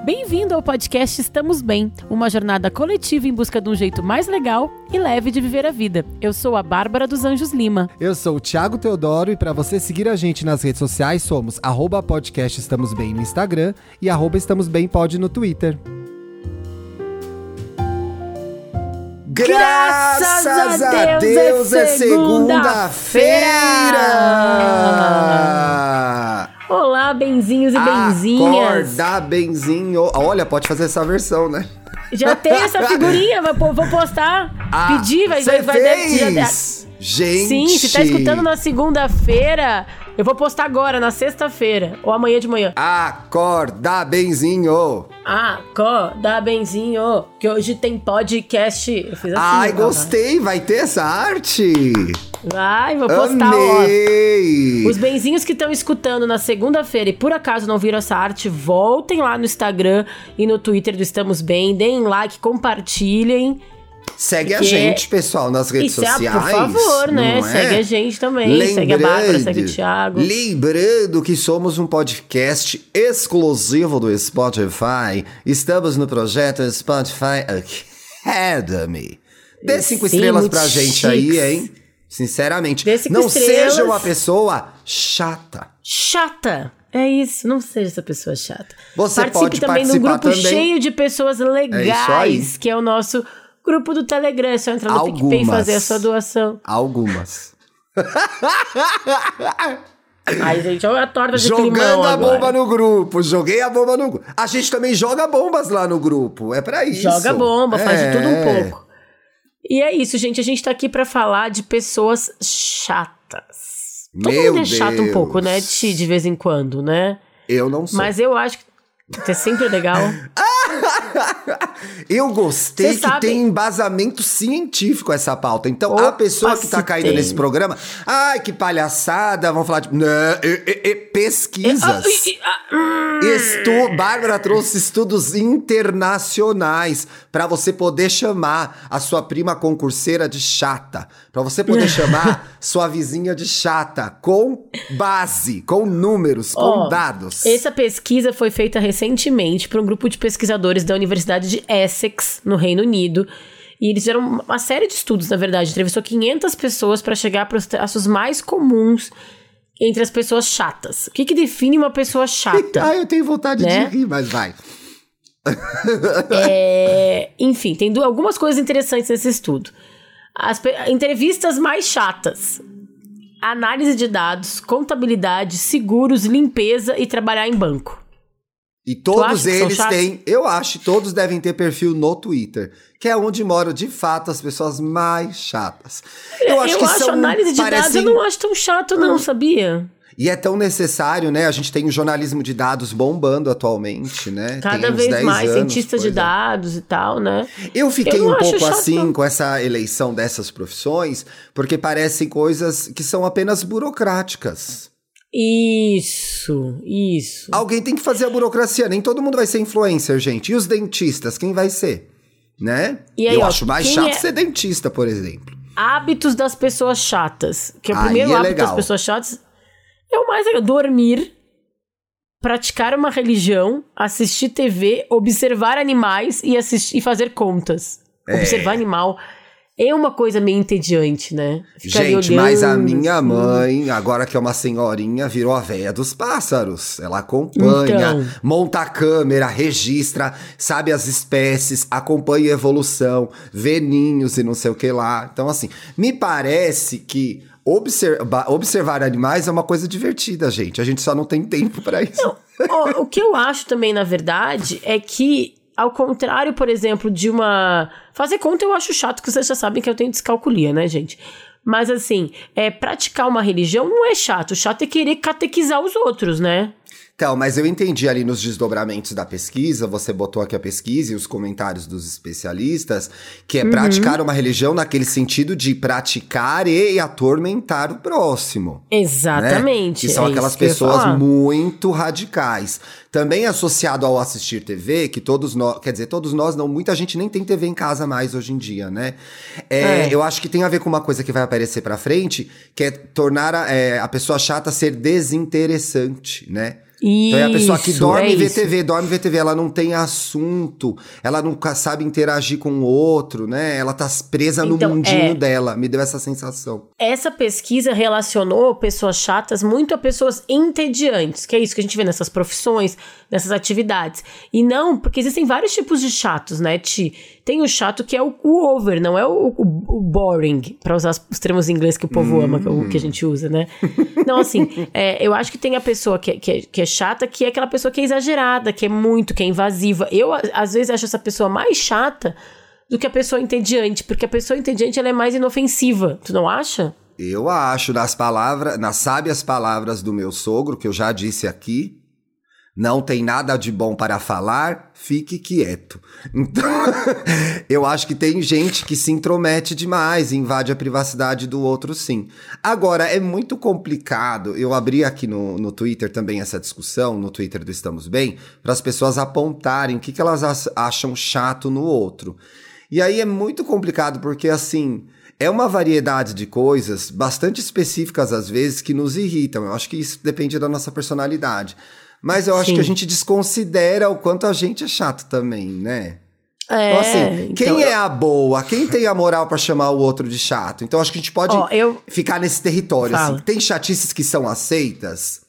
Bem-vindo ao podcast Estamos Bem, uma jornada coletiva em busca de um jeito mais legal e leve de viver a vida. Eu sou a Bárbara dos Anjos Lima. Eu sou o Thiago Teodoro e para você seguir a gente nas redes sociais somos @podcast Estamos Bem no Instagram e @Estamos Bem Pod no Twitter. Graças a Deus é segunda-feira! Olá, benzinhos e benzinhas. Acorda, benzinho. Olha, pode fazer essa versão, né? Já tem essa figurinha, vou postar. Pedir, vai fez? Gente! Sim, se tá escutando na segunda-feira, eu vou postar agora, na sexta-feira, ou amanhã de manhã. Acorda, benzinho! Acorda, benzinho, que hoje tem podcast. Eu fiz assim. Ai, gostei, vai ter essa arte! Vai, vou postar, Amei. ó. Os benzinhos que estão escutando na segunda-feira e por acaso não viram essa arte, voltem lá no Instagram e no Twitter do Estamos Bem, deem like, compartilhem. Segue a gente, pessoal, nas redes sociais. Por favor, né? Segue a gente também. Segue a Bárbara, segue o Thiago. Lembrando que somos um podcast exclusivo do Spotify. Estamos no projeto Spotify Academy. Dê 5 estrelas pra gente aí, hein? Sinceramente. Não seja uma pessoa chata. Chata. É isso, não seja essa pessoa chata. Você pode também participar num grupo também. Cheio de pessoas legais, que é o nosso grupo do Telegram. É só entrar no PicPay e fazer a sua doação. Algumas. Ai, gente, olha a torta de Jogando climão a agora. bomba no grupo. Joguei a bomba no grupo. A gente também joga bombas lá no grupo. É pra isso. Joga bomba, faz de tudo um pouco. E é isso, gente. A gente tá aqui pra falar de pessoas chatas. Todo mundo é chato um pouco, né, Ti, de vez em quando, né? Eu não sou. Mas eu acho que é sempre legal. Eu gostei que tem embasamento científico essa pauta. Então, a pessoa que tá caindo nesse programa... Ai, que palhaçada, vamos falar de... pesquisas. Bárbara trouxe estudos internacionais pra você poder chamar a sua prima concurseira de chata. Pra você poder chamar sua vizinha de chata. Com base, com números, com dados. Essa pesquisa foi feita recentemente por um grupo de pesquisadores da Universidade de Essex, no Reino Unido. E eles fizeram uma série de estudos, na verdade. Entrevistou 500 pessoas para chegar para os traços mais comuns entre as pessoas chatas. O que define uma pessoa chata? Eu tenho vontade de rir, mas vai. Enfim, tem algumas coisas interessantes nesse estudo. Entrevistas mais chatas: análise de dados, contabilidade, seguros, limpeza e trabalhar em banco. E todos eles têm, eu acho, todos devem ter perfil no Twitter, que é onde moram, de fato, as pessoas mais chatas. Eu acho análise de dados, eu não acho tão chato não, sabia? E é tão necessário, né? A gente tem o jornalismo de dados bombando atualmente, né? Cada vez mais, cientistas de dados e tal, né? Eu fiquei um pouco assim com essa eleição dessas profissões, porque parecem coisas que são apenas burocráticas. Isso. Alguém tem que fazer a burocracia, nem todo mundo vai ser influencer, gente. E os dentistas, quem vai ser? Né? E aí, eu acho mais chato ser dentista, por exemplo. Hábitos das pessoas chatas. Que o primeiro hábito das pessoas chatas é o mais legal: dormir, praticar uma religião, assistir TV, observar animais e fazer contas. Observar animal é uma coisa meio entediante, né? Gente, mas a minha mãe, agora que é uma senhorinha, virou a véia dos pássaros. Ela acompanha, monta a câmera, registra, sabe as espécies, acompanha a evolução, vê ninhos e não sei o que lá. Então, assim, me parece que observar animais é uma coisa divertida, gente. A gente só não tem tempo pra isso. Não, o que eu acho também, na verdade, é que ao contrário, por exemplo, de fazer conta eu acho chato, que vocês já sabem que eu tenho descalculia, né, gente? Mas assim, praticar uma religião não é chato. O chato é querer catequizar os outros, né? Então, mas eu entendi ali nos desdobramentos da pesquisa, você botou aqui a pesquisa e os comentários dos especialistas, que é praticar uma religião naquele sentido de praticar e atormentar o próximo. Exatamente. Né? Que são aquelas pessoas muito radicais. Também associado ao assistir TV, que todos nós, quer dizer, todos nós não, muita gente nem tem TV em casa mais hoje em dia, né? Eu acho que tem a ver com uma coisa que vai aparecer pra frente, que é tornar a pessoa chata ser desinteressante, né? Então é a pessoa que dorme e vê TV, ela não tem assunto, ela nunca sabe interagir com o outro, né? Ela tá presa no mundinho dela, me deu essa sensação. Essa pesquisa relacionou pessoas chatas muito a pessoas entediantes, que é isso que a gente vê nessas profissões, nessas atividades. E não, porque existem vários tipos de chatos, né, Ti? Tem o chato que é o over, não é o boring, pra usar os termos em inglês que o povo ama, que é o que a gente usa, né? Não, assim, eu acho que tem a pessoa que é chata, que é aquela pessoa que é exagerada, que é muito, que é invasiva. Eu, às vezes, acho essa pessoa mais chata do que a pessoa entediante, porque a pessoa entediante, ela é mais inofensiva. Tu não acha? Eu acho, nas sábias palavras do meu sogro, que eu já disse aqui, não tem nada de bom para falar, fique quieto. Então, eu acho que tem gente que se intromete demais e invade a privacidade do outro, sim. Agora, é muito complicado. Eu abri aqui no Twitter também essa discussão, no Twitter do Estamos Bem, para as pessoas apontarem o que elas acham chato no outro. E aí é muito complicado, porque assim, é uma variedade de coisas bastante específicas às vezes que nos irritam. Eu acho que isso depende da nossa personalidade. Mas eu acho que a gente desconsidera o quanto a gente é chato também, né? Então, assim, quem é a boa? Quem tem a moral pra chamar o outro de chato? Então, acho que a gente pode ficar nesse território. Assim. Tem chatices que são aceitas?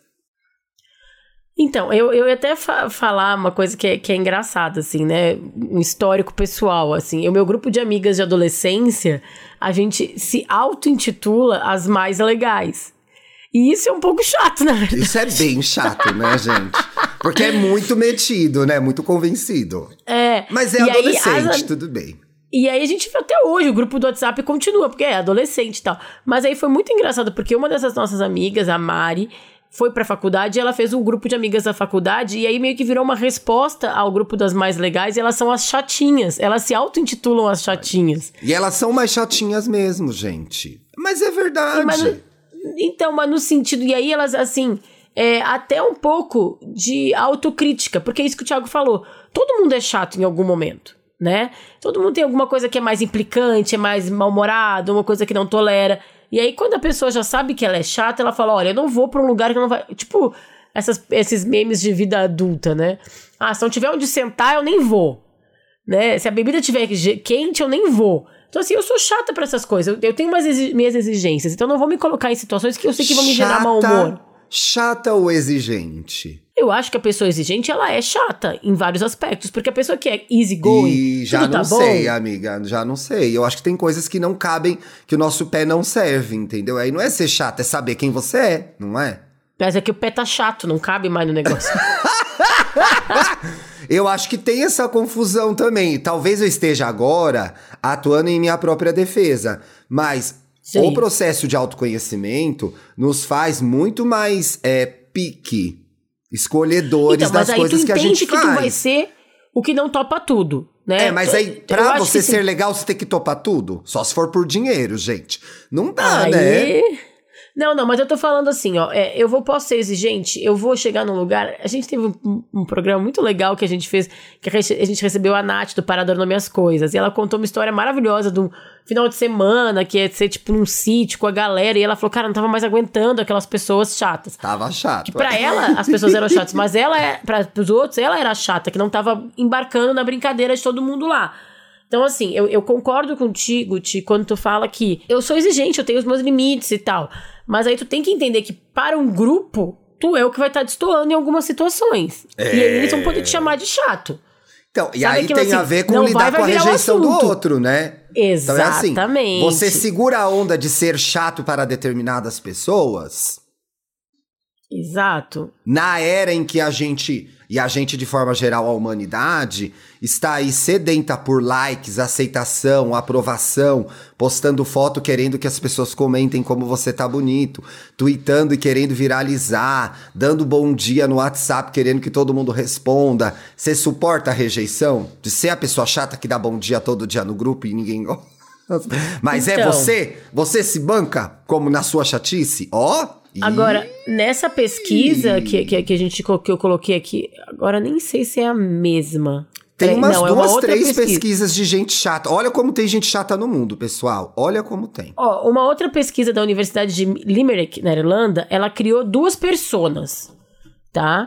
Então, eu ia até falar uma coisa que é engraçada, assim, né? Um histórico pessoal, assim. O meu grupo de amigas de adolescência, a gente se auto-intitula as mais legais. E isso é um pouco chato, na verdade. Isso é bem chato, né, gente? Porque é muito metido, né? Muito convencido. Mas é adolescente, tudo bem. E aí a gente vê até hoje, o grupo do WhatsApp continua, porque é adolescente e tal. Mas aí foi muito engraçado, porque uma dessas nossas amigas, a Mari, foi pra faculdade e ela fez um grupo de amigas da faculdade e aí meio que virou uma resposta ao grupo das mais legais e elas são as chatinhas. Elas se auto-intitulam as chatinhas. E elas são mais chatinhas mesmo, gente. Mas é verdade. Mas no sentido... E aí elas, assim... até um pouco de autocrítica, porque é isso que o Thiago falou. Todo mundo é chato em algum momento, né? Todo mundo tem alguma coisa que é mais implicante, é mais mal-humorado, uma coisa que não tolera. E aí, quando a pessoa já sabe que ela é chata, ela fala, olha, eu não vou pra um lugar que não vai... Tipo, esses memes de vida adulta, né? Ah, se não tiver onde sentar, eu nem vou, né? Se a bebida estiver quente, eu nem vou. Então, assim, eu sou chata pra essas coisas. Eu tenho minhas exigências. Então, eu não vou me colocar em situações que eu sei que vão me gerar mau humor. Chata ou exigente? Eu acho que a pessoa exigente, ela é chata em vários aspectos. Porque a pessoa que é easygoing, já não sei, amiga. Já não sei. Eu acho que tem coisas que não cabem, que o nosso pé não serve, entendeu? Aí não é ser chato, é saber quem você é, não é? Mas é que o pé tá chato, não cabe mais no negócio. Eu acho que tem essa confusão também. Talvez eu esteja agora atuando em minha própria defesa, mas o processo de autoconhecimento nos faz muito mais pique, escolhedores das coisas que a gente faz. Que tu vai ser o que não topa tudo, né? Mas aí, pra você ser legal, você tem que topar tudo? Só se for por dinheiro, gente. Não dá, né? Não, mas eu tô falando assim, ó, posso ser exigente, eu vou chegar num lugar, a gente teve um programa muito legal que a gente fez, que a gente recebeu a Nath do Parador Nome as Coisas, e ela contou uma história maravilhosa de um final de semana, que é ser tipo num sítio com a galera, e ela falou, cara, não tava mais aguentando aquelas pessoas chatas. Tava chato. Que pra ela, as pessoas eram chatas, mas pros outros, ela era chata, que não tava embarcando na brincadeira de todo mundo lá. Então, assim, eu concordo contigo, Ti, quando tu fala que eu sou exigente, eu tenho os meus limites e tal. Mas aí tu tem que entender que para um grupo, tu é o que vai estar destoando em algumas situações. E aí eles vão poder te chamar de chato. Então, e aí tem assim, a ver com lidar com a rejeição do outro, né? Exatamente. Então é assim, você segura a onda de ser chato para determinadas pessoas. Exato. Na era em que a gente de forma geral, a humanidade, está aí sedenta por likes, aceitação, aprovação, postando foto querendo que as pessoas comentem como você tá bonito, tweetando e querendo viralizar, dando bom dia no WhatsApp querendo que todo mundo responda. Você suporta a rejeição de ser a pessoa chata que dá bom dia todo dia no grupo e ninguém gosta? Mas então, você se banca como na sua chatice? Agora, nessa pesquisa que eu coloquei aqui, agora nem sei se é a mesma. Tem umas duas, três pesquisas de gente chata. Olha como tem gente chata no mundo, pessoal. Olha como tem. Uma outra pesquisa da Universidade de Limerick, na Irlanda, ela criou 2 personas, tá?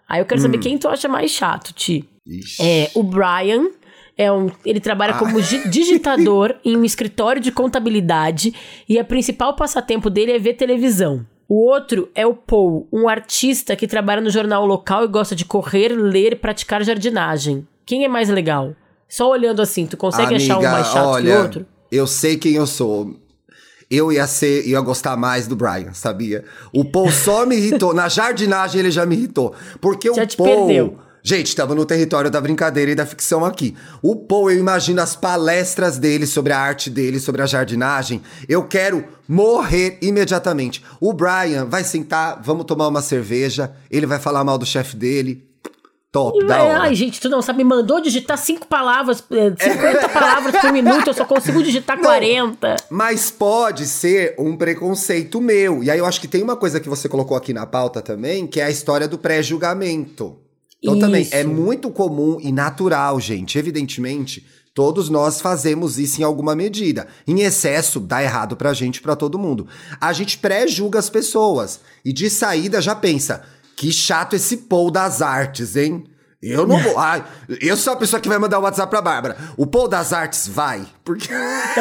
Aí eu quero saber quem tu acha mais chato, Ti. O Brian... ele trabalha como digitador em um escritório de contabilidade e a principal passatempo dele é ver televisão. O outro é o Paul, um artista que trabalha no jornal local e gosta de correr, ler e praticar jardinagem. Quem é mais legal? Só olhando assim, tu consegue achar um mais chato que o outro? Eu sei quem eu sou. Eu ia gostar mais do Brian, sabia? O Paul só me irritou. Na jardinagem ele já me irritou. Porque já o te Paul... perdeu. Gente, estamos no território da brincadeira e da ficção aqui. O Paul, eu imagino as palestras dele sobre a arte dele, sobre a jardinagem. Eu quero morrer imediatamente. O Brian vai sentar, vamos tomar uma cerveja, ele vai falar mal do chefe dele. Top, da hora. Ai, gente, tu não sabe, me mandou digitar 50 palavras por minuto, eu só consigo digitar 40. Mas pode ser um preconceito meu. E aí eu acho que tem uma coisa que você colocou aqui na pauta também, que é a história do pré-julgamento. Então também é muito comum e natural, gente. Evidentemente, todos nós fazemos isso em alguma medida. Em excesso, dá errado pra gente e pra todo mundo. A gente pré-julga as pessoas. E de saída já pensa, que chato esse Paul das artes, hein? Eu não vou. Eu sou a pessoa que vai mandar o WhatsApp pra Bárbara. O Paul das artes vai. Porque...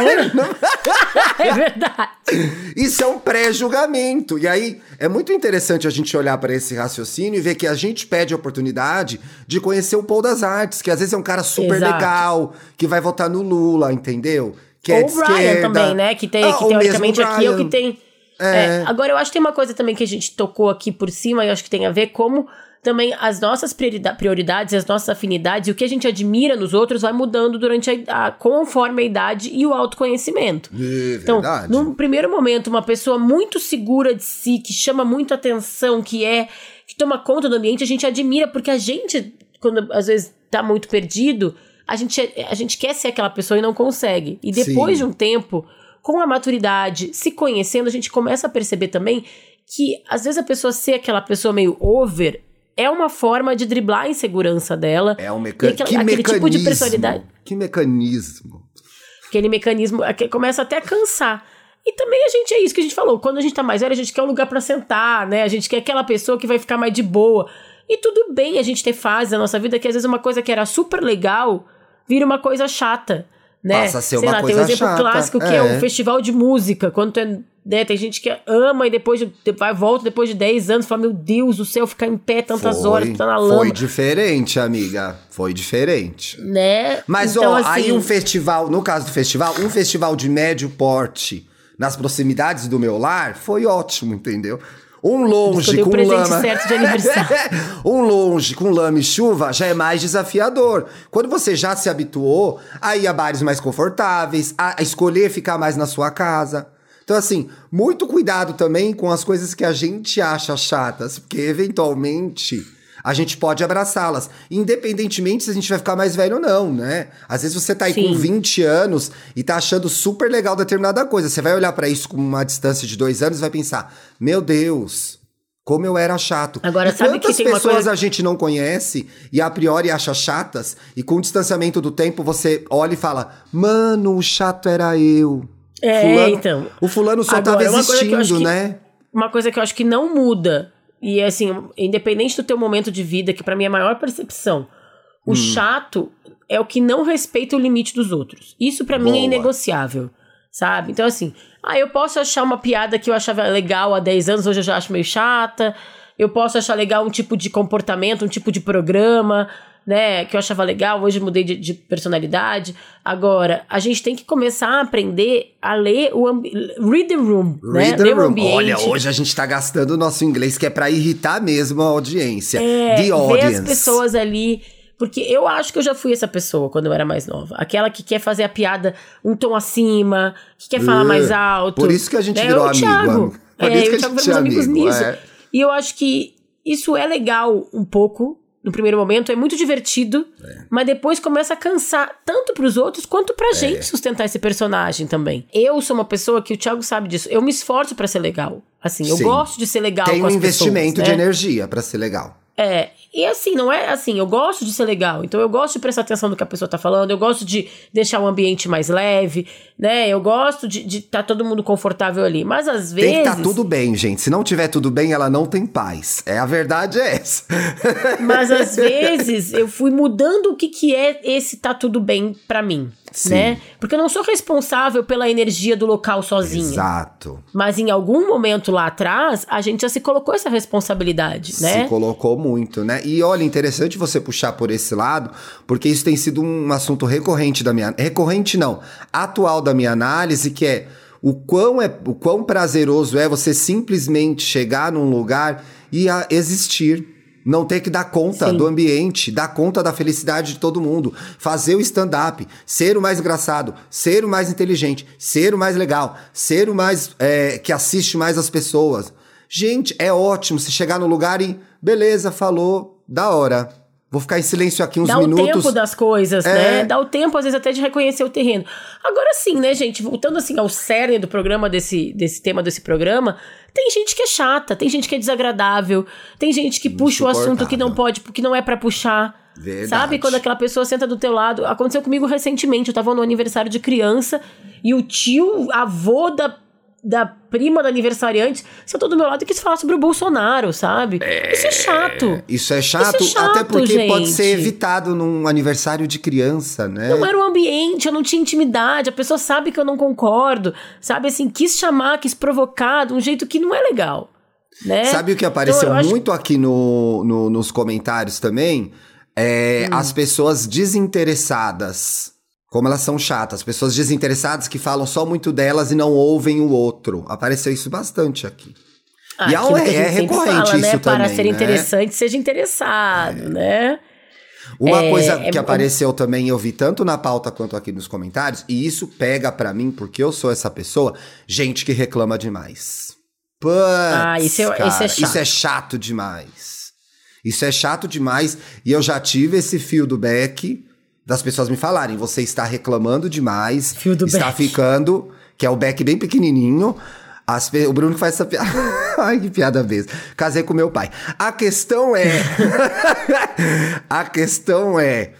É verdade. Isso é um pré-julgamento. E aí, é muito interessante a gente olhar para esse raciocínio e ver que a gente pede a oportunidade de conhecer o Paul das artes, que às vezes é um cara super legal, que vai votar no Lula, entendeu? Que é ou o Brian também, né? Que teoricamente aqui é o que tem... Agora, eu acho que tem uma coisa também que a gente tocou aqui por cima, e eu acho que tem a ver como... Também as nossas prioridades, as nossas afinidades e o que a gente admira nos outros vai mudando conforme a idade e o autoconhecimento. Então, num primeiro momento, uma pessoa muito segura de si, que chama muito atenção, que toma conta do ambiente, a gente admira, porque a gente, quando às vezes tá muito perdido, a gente quer ser aquela pessoa e não consegue. E depois de um tempo, com a maturidade, se conhecendo, a gente começa a perceber também que às vezes a pessoa ser aquela pessoa meio over... É uma forma de driblar a insegurança dela. É um mecanismo. Aquele tipo de personalidade. Que mecanismo. Aquele mecanismo que começa até a cansar. E também é isso que a gente falou. Quando a gente tá mais velho, a gente quer um lugar pra sentar, né? A gente quer aquela pessoa que vai ficar mais de boa. E tudo bem a gente ter fases na nossa vida que às vezes uma coisa que era super legal vira uma coisa chata, né? Passa a ser uma coisa chata. Tem um exemplo clássico que é o festival de música. Quando tu tem gente que ama e depois volta depois de 10 anos e fala, meu Deus do céu, ficar em pé tantas horas, tá na lama. Foi diferente, amiga. Foi diferente. Né? Mas, então, aí um festival, no caso do festival, um festival de médio porte nas proximidades do meu lar foi ótimo, entendeu? Um longe com lama. Certo de aniversário. Um longe com lama e chuva já é mais desafiador. Quando você já se habituou a ir a bares mais confortáveis, a escolher ficar mais na sua casa. Então, assim, muito cuidado também com as coisas que a gente acha chatas, porque, eventualmente, a gente pode abraçá-las. Independentemente se a gente vai ficar mais velho ou não, né? Às vezes você tá aí com 20 anos e tá achando super legal determinada coisa. Você vai olhar pra isso com uma distância de 2 anos e vai pensar, meu Deus, como eu era chato. Agora, sabe que tem pessoas uma coisa... a gente não conhece e a priori acha chatas, e com o distanciamento do tempo você olha e fala, mano, o chato era eu. Então. O fulano só tava existindo, né? Uma coisa que eu acho que não muda, e assim, independente do teu momento de vida, que pra mim é a maior percepção, o chato é o que não respeita o limite dos outros. Isso pra mim é inegociável, sabe? Então assim, eu posso achar uma piada que eu achava legal há 10 anos, hoje eu já acho meio chata. Eu posso achar legal um tipo de comportamento, um tipo de programa, né, que eu achava legal, hoje mudei de personalidade. Agora, a gente tem que começar a aprender a ler read the room, né? Ler o ambiente. Olha, hoje a gente tá gastando o nosso inglês, que é pra irritar mesmo a audiência. The audience. Ver as pessoas ali, porque eu acho que eu já fui essa pessoa quando eu era mais nova. Aquela que quer fazer a piada um tom acima, que quer falar mais alto. Por isso que a gente virou amigo. Por isso que a gente é amigos nisso. E eu acho que isso é legal um pouco, no primeiro momento, é muito divertido, mas depois começa a cansar, tanto pros outros, quanto pra gente sustentar esse personagem também. Eu sou uma pessoa que, o Thiago sabe disso, eu me esforço pra ser legal. Assim, eu gosto de ser legal com as pessoas. Tem um investimento de energia pra ser legal. E assim, não é assim, eu gosto de ser legal, então eu gosto de prestar atenção no que a pessoa tá falando, eu gosto de deixar o ambiente mais leve, né, eu gosto de tá todo mundo confortável ali, mas às vezes... Tem que tá tudo bem, gente, se não tiver tudo bem, ela não tem paz, a verdade é essa. Mas às vezes eu fui mudando o que é esse tá tudo bem pra mim. Sim. Né? Porque eu não sou responsável pela energia do local sozinha. Exato. Mas em algum momento lá atrás, a gente já se colocou essa responsabilidade, né? Se colocou muito, né? E olha, interessante você puxar por esse lado, porque isso tem sido um assunto recorrente da minha... Recorrente não, atual da minha análise, que é o quão prazeroso é você simplesmente chegar num lugar e existir. Não ter que dar conta do ambiente, dar conta da felicidade de todo mundo, fazer o stand-up, ser o mais engraçado, ser o mais inteligente, ser o mais legal, ser o mais que assiste mais as pessoas. Gente, é ótimo se chegar no lugar e beleza, falou, da hora. Vou ficar em silêncio aqui uns minutos. Dá o tempo das coisas, né? Dá o tempo, às vezes, até de reconhecer o terreno. Agora sim, né, gente? Voltando assim ao cerne do programa, desse tema desse programa, tem gente que é chata, tem gente que é desagradável, tem gente que puxa o assunto que não pode, porque não é pra puxar. Verdade. Sabe? Quando aquela pessoa senta do teu lado. Aconteceu comigo recentemente, eu tava no aniversário de criança e o tio, avô da prima da aniversariante sentou do meu lado e quis falar sobre o Bolsonaro, sabe? Isso é chato. Isso é chato, até porque gente, pode ser evitado num aniversário de criança, né? Não era o ambiente, eu não tinha intimidade, a pessoa sabe que eu não concordo, sabe? Assim, quis provocar de um jeito que não é legal, né? Sabe o que apareceu muito aqui nos comentários também? As pessoas desinteressadas. Como elas são chatas, pessoas desinteressadas que falam só muito delas e não ouvem o outro. Apareceu isso bastante aqui. E é recorrente fala, isso né? também, para ser interessante, seja interessado, né? Uma coisa que apareceu também, eu vi tanto na pauta quanto aqui nos comentários, e isso pega pra mim, porque eu sou essa pessoa, gente que reclama demais. Puts, isso é chato. Isso é chato demais. Isso é chato demais, e eu já tive esse fio do Beck... das pessoas me falarem, você está reclamando demais, está ficando, que é o Beck bem pequenininho, o Bruno que faz essa piada, ai que piada mesmo, casei com meu pai. A questão é,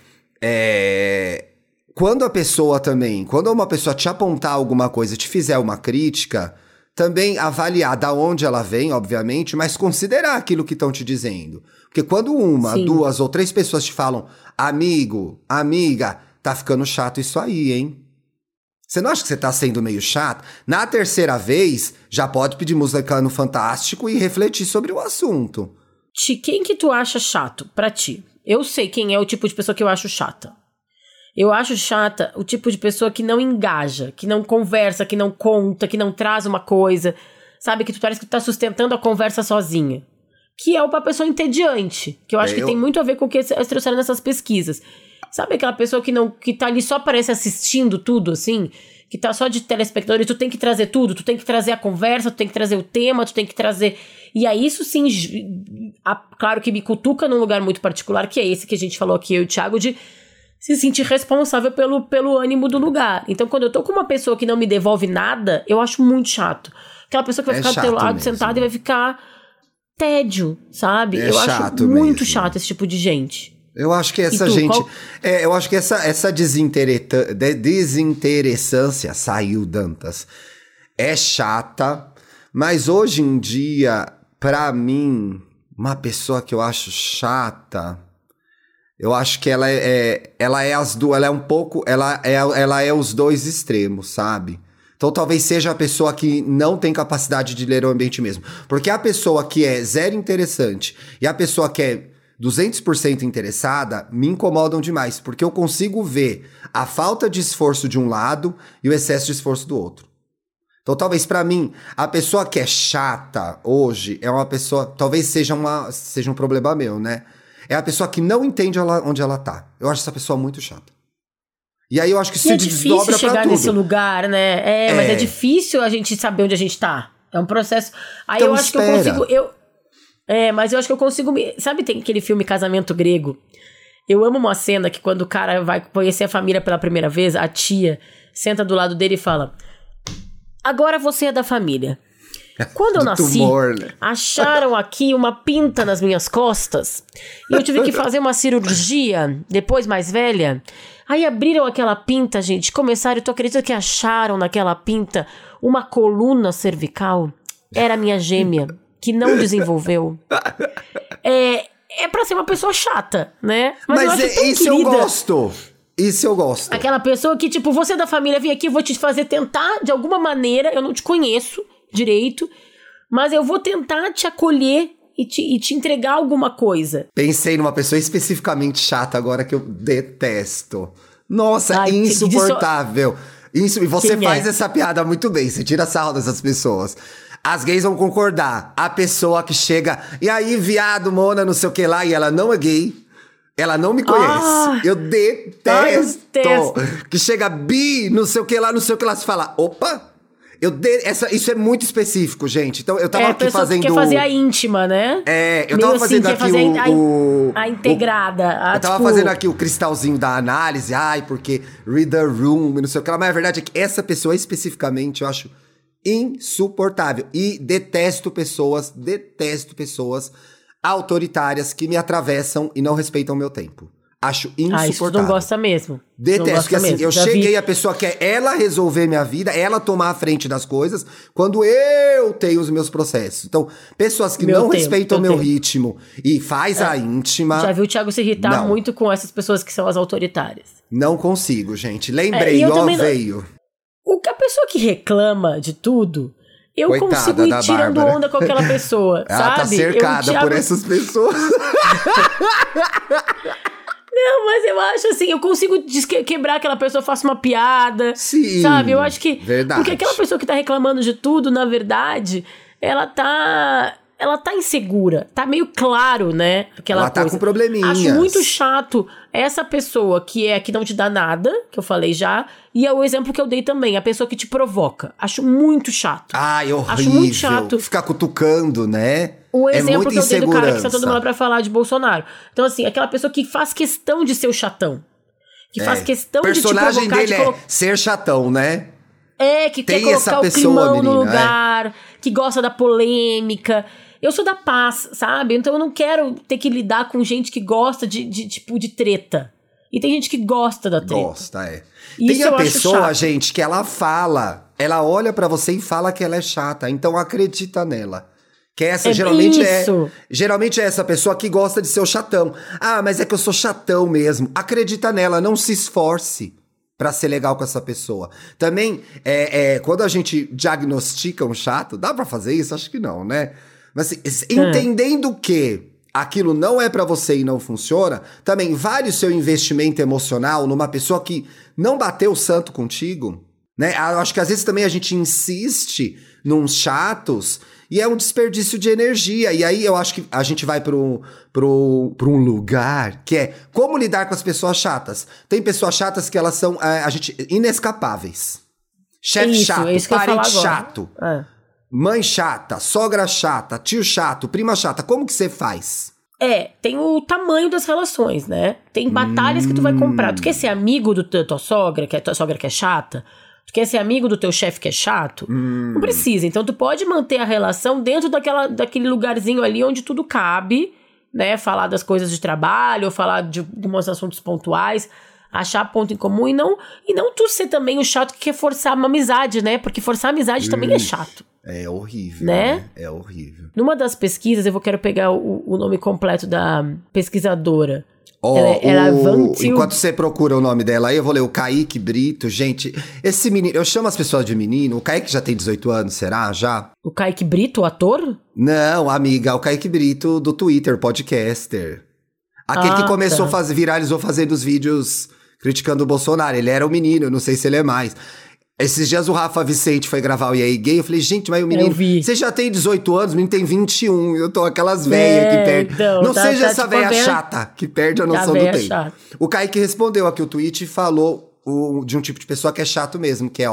quando uma pessoa te apontar alguma coisa, te fizer uma crítica, também avaliar da onde ela vem, obviamente, mas considerar aquilo que estão te dizendo. Porque quando uma, duas ou três pessoas te falam, amigo, amiga, tá ficando chato isso aí, hein? Você não acha que você tá sendo meio chato? Na terceira vez, já pode pedir música no Fantástico e refletir sobre o assunto. Quem que tu acha chato pra ti? Eu sei quem é o tipo de pessoa que eu acho chata. Eu acho chata o tipo de pessoa que não engaja, que não conversa, que não conta, que não traz uma coisa, sabe? Que tu parece que tu tá sustentando a conversa sozinha. Que é uma pessoa entediante, que eu acho que tem muito a ver com o que eles trouxeram nessas pesquisas. Sabe aquela pessoa que tá ali só parece assistindo tudo, assim? Que tá só de telespectador e tu tem que trazer tudo, tu tem que trazer a conversa, tu tem que trazer o tema, tu tem que trazer... E aí isso sim, claro que me cutuca num lugar muito particular, que é esse que a gente falou aqui, eu e o Thiago, de se sentir responsável pelo ânimo do lugar. Então, quando eu tô com uma pessoa que não me devolve nada, eu acho muito chato. Aquela pessoa que vai ficar do teu lado sentada e vai ficar tédio, sabe? Eu acho muito chato esse tipo de gente. Eu acho que essa gente... eu acho que essa desinteressância, saiu Dantas, é chata, mas hoje em dia, pra mim, uma pessoa que eu acho chata... Eu acho que ela é os dois extremos, sabe? Então talvez seja a pessoa que não tem capacidade de ler o ambiente mesmo. Porque a pessoa que é zero interessante e a pessoa que é 200% interessada me incomodam demais. Porque eu consigo ver a falta de esforço de um lado e o excesso de esforço do outro. Então talvez pra mim, a pessoa que é chata hoje é uma pessoa... Talvez seja um problema meu, né? É a pessoa que não entende onde ela tá. Eu acho essa pessoa muito chata. E aí eu acho que se desdobra pra tudo. É difícil chegar nesse lugar, né? Mas é difícil a gente saber onde a gente tá. É um processo... Aí então eu acho que eu consigo... mas eu acho que eu consigo... Sabe, tem aquele filme Casamento Grego? Eu amo uma cena que quando o cara vai conhecer a família pela primeira vez, a tia senta do lado dele e fala: agora você é da família. Quando eu nasci, tumor, né? acharam aqui uma pinta nas minhas costas. E eu tive que fazer uma cirurgia, depois mais velha. Aí abriram aquela pinta, gente. Começaram, tu acredita que acharam naquela pinta uma coluna cervical? Era a minha gêmea, que não desenvolveu. É pra ser uma pessoa chata, né? Mas eu acho tão isso querida. eu gosto. Isso eu gosto. Aquela pessoa que, tipo, você é da família, vem aqui, eu vou te fazer tentar, de alguma maneira, eu não te conheço direito, mas eu vou tentar te acolher e te entregar alguma coisa. Pensei numa pessoa especificamente chata agora que eu detesto. Nossa, insuportável. E você faz essa piada muito bem, você tira sarro dessas pessoas. As gays vão concordar. A pessoa que chega, e aí, viado, mona, não sei o que lá, e ela não é gay. Ela não me conhece. Eu detesto. Que chega bi, não sei o que lá, não sei o que lá. Você fala, opa. Isso é muito específico, gente. Então, eu tava aqui fazendo... quer fazer a íntima, né? Eu tava fazendo aqui a integrada. Eu tava fazendo aqui o cristalzinho da análise. Ai, porque read the room, não sei o que lá. Mas a verdade é que essa pessoa especificamente, eu acho insuportável. E detesto pessoas autoritárias que me atravessam e não respeitam o meu tempo. Acho insuportável. Isso tu não gosta mesmo. Detesto, que assim, eu cheguei, a pessoa quer ela resolver minha vida, ela tomar a frente das coisas, quando eu tenho os meus processos. Então, pessoas que não respeitam o meu ritmo e faz a íntima... Já viu o Thiago se irritar muito com essas pessoas que são as autoritárias. Não consigo, gente. Lembrei, veio. A pessoa que reclama de tudo... Eu consigo ir tirando Bárbara. onda com aquela pessoa, ela sabe? Tá cercada por essas pessoas. Não, mas eu acho assim, eu consigo quebrar aquela pessoa, faço uma piada. Sim, sabe? Eu acho que... verdade. Porque aquela pessoa que tá reclamando de tudo, na verdade, ela tá insegura. Tá meio claro, né? Ela tá com probleminhas. Acho muito chato essa pessoa que não te dá nada, que eu falei já, e é o exemplo que eu dei também, a pessoa que te provoca. Acho muito chato. Ai, horrível. Acho muito chato. Ficar cutucando, né? O exemplo que eu dei do cara que tá todo mundo pra falar de Bolsonaro. Então, assim, aquela pessoa que faz questão de ser o chatão. Que faz questão de te provocar. O personagem dele é ser chatão, né? Que quer colocar o climão no lugar, que gosta da polêmica. Eu sou da paz, sabe? Então eu não quero ter que lidar com gente que gosta de treta. E tem gente que gosta da treta. Gosta, Tem a pessoa, gente, que ela fala, ela olha pra você e fala que ela é chata, então acredita nela. Que essa geralmente é essa pessoa que gosta de ser o chatão. Ah, mas é que eu sou chatão mesmo. Acredita nela, não se esforce pra ser legal com essa pessoa. Também, quando a gente diagnostica um chato, dá pra fazer isso? Acho que não, né? Mas assim, entendendo que aquilo não é pra você e não funciona, também vale o seu investimento emocional numa pessoa que não bateu o santo contigo, né? Eu acho que às vezes também a gente insiste nos chatos e é um desperdício de energia. E aí eu acho que a gente vai pra um lugar que é como lidar com as pessoas chatas. Tem pessoas chatas que elas são inescapáveis. Chefe chato, parente chato. Mãe chata, sogra chata, tio chato, prima chata, como que você faz? Tem o tamanho das relações, né? Tem batalhas que tu vai comprar. Tu quer ser amigo da tua sogra, que é tua sogra que é chata? Tu quer ser amigo do teu chefe que é chato? Não precisa. Então tu pode manter a relação dentro daquele lugarzinho ali onde tudo cabe, né? Falar das coisas de trabalho, ou falar de uns assuntos pontuais, achar ponto em comum e não tu ser também o chato que quer forçar uma amizade, né? Porque forçar a amizade também é chato. É horrível, né? É horrível. Numa das pesquisas, eu quero pegar o nome completo da pesquisadora. Enquanto você procura o nome dela aí, eu vou ler o Kaique Brito. Gente, esse menino, eu chamo as pessoas de menino. O Kaique já tem 18 anos, será? Já? O Kaique Brito, o ator? Não, amiga, o Kaique Brito do Twitter, podcaster. Aquele que começou viralizou fazendo os vídeos criticando o Bolsonaro. Ele era um menino, eu não sei se ele é mais. Esses dias o Rafa Vicente foi gravar o E aí Gay, eu falei, gente, mas o menino, você já tem 18 anos, o menino tem 21, eu tô aquelas velhas que perdem. Então, não seja essa tipo velha chata, que perde a noção do tempo. Chata. O Kaique respondeu aqui o tweet e falou de um tipo de pessoa que é chato mesmo, que é,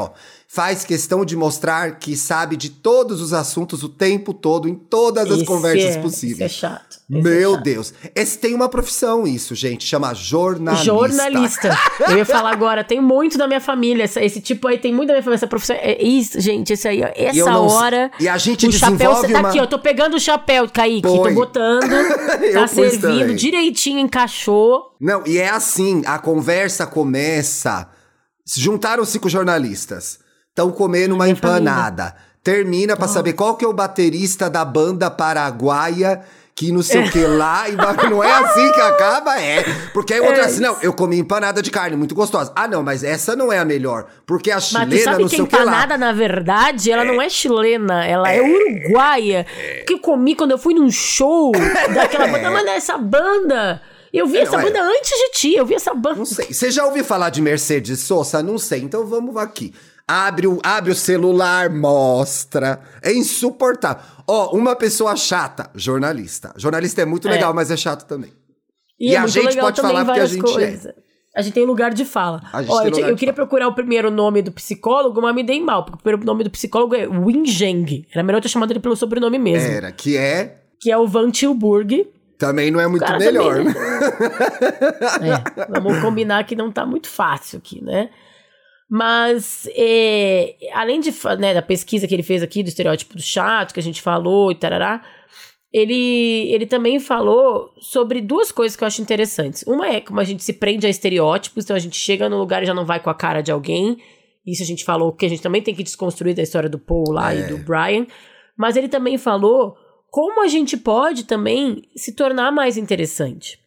faz questão de mostrar que sabe de todos os assuntos o tempo todo, em todas as conversas possíveis. Isso é chato. Meu Deus. Esse tem uma profissão, isso, gente. Chama jornalista. Jornalista. Eu ia falar agora, tem muito da minha família. Esse tipo aí tem muito da minha família, essa profissão. É isso, gente, esse aí, essa hora. E a gente o chapéu, você tá uma... aqui, ó. Tô pegando o chapéu, Kaique. Tô botando. Tá servindo também. Direitinho, encaixou. Não, e é assim, a conversa começa. Juntaram-se com jornalistas. Estão comendo uma empanada. Família. Termina pra saber qual que é o baterista da banda paraguaia, que não sei o que lá. E não é assim que acaba, Porque aí outra assim, não, eu comi empanada de carne, muito gostosa. Ah, não, mas essa não é a melhor. Porque a chilena, mas tu sabe não sei o que lá. Empanada, na verdade, ela não é chilena, ela é uruguaia. Que eu comi quando eu fui num show daquela banda. Mas essa banda... Eu vi essa banda antes de ti, eu vi essa banda. Não sei. Você já ouviu falar de Mercedes Sosa? Não sei, então vamos aqui. Abre o celular, mostra. É insuportável. Uma pessoa chata, jornalista. Jornalista é muito legal, mas é chato também. E a gente pode falar porque a gente A gente tem lugar de fala. Eu queria procurar o primeiro nome do psicólogo, mas me dei mal, porque o primeiro nome do psicólogo é Wing Zheng. Era melhor ter chamado ele pelo sobrenome mesmo. Que é o Van Tilburg. Também não é muito melhor, também, né? Vamos combinar que não tá muito fácil aqui, né? Mas, além da pesquisa que ele fez aqui, do estereótipo do chato, que a gente falou e tarará, ele também falou sobre duas coisas que eu acho interessantes. Uma é como a gente se prende a estereótipos, então a gente chega no lugar e já não vai com a cara de alguém. Isso a gente falou que a gente também tem que desconstruir da história do Paul lá e do Brian. Mas ele também falou como a gente pode também se tornar mais interessante.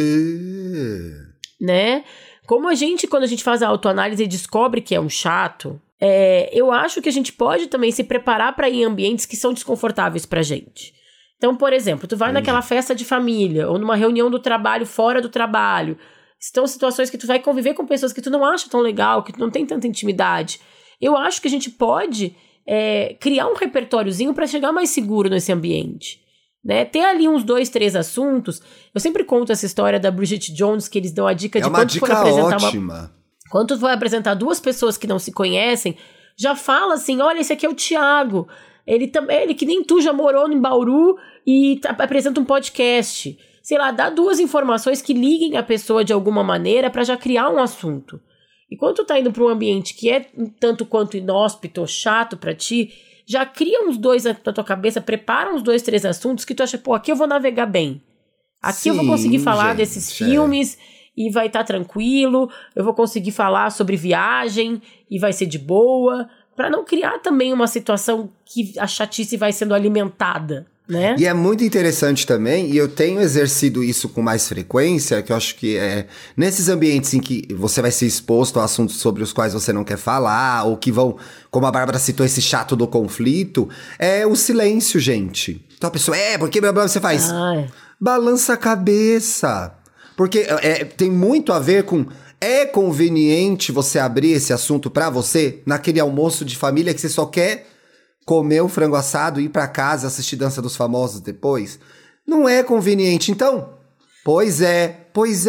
Né? Como a gente, quando a gente faz a autoanálise e descobre que é um chato, eu acho que a gente pode também se preparar para ir em ambientes que são desconfortáveis pra gente. Então, por exemplo, tu vai naquela festa de família ou numa reunião do trabalho fora do trabalho. Estão situações que tu vai conviver com pessoas que tu não acha tão legal, que tu não tem tanta intimidade. Eu acho que a gente pode criar um repertóriozinho para chegar mais seguro nesse ambiente. Né? Ter ali uns 2, 3 assuntos. Eu sempre conto essa história da Bridget Jones, que eles dão a dica de quando for apresentar ótima. Quando tu vai apresentar 2 pessoas que não se conhecem, já fala assim, olha, esse aqui é o Thiago. Ele que nem tu já morou em Bauru e apresenta um podcast. Sei lá, dá 2 informações que liguem a pessoa de alguma maneira para já criar um assunto. E quando tu tá indo pra um ambiente que é tanto quanto inóspito ou chato pra ti, já cria uns 2 na tua cabeça, prepara uns 2, 3 assuntos que tu acha, aqui eu vou navegar bem. Aqui eu vou conseguir falar desses filmes e vai estar tranquilo, eu vou conseguir falar sobre viagem e vai ser de boa, pra não criar também uma situação que a chatice vai sendo alimentada. Né? E é muito interessante também, e eu tenho exercido isso com mais frequência, que eu acho que nesses ambientes em que você vai ser exposto a assuntos sobre os quais você não quer falar, ou que vão, como a Bárbara citou, esse chato do conflito, é o silêncio, gente. Então a pessoa, porque blá blá, você faz? Balança a cabeça. Porque tem muito a ver com... É conveniente você abrir esse assunto pra você naquele almoço de família que você só quer comer um frango assado e ir pra casa assistir Dança dos Famosos depois? Não é conveniente. Então, pois é,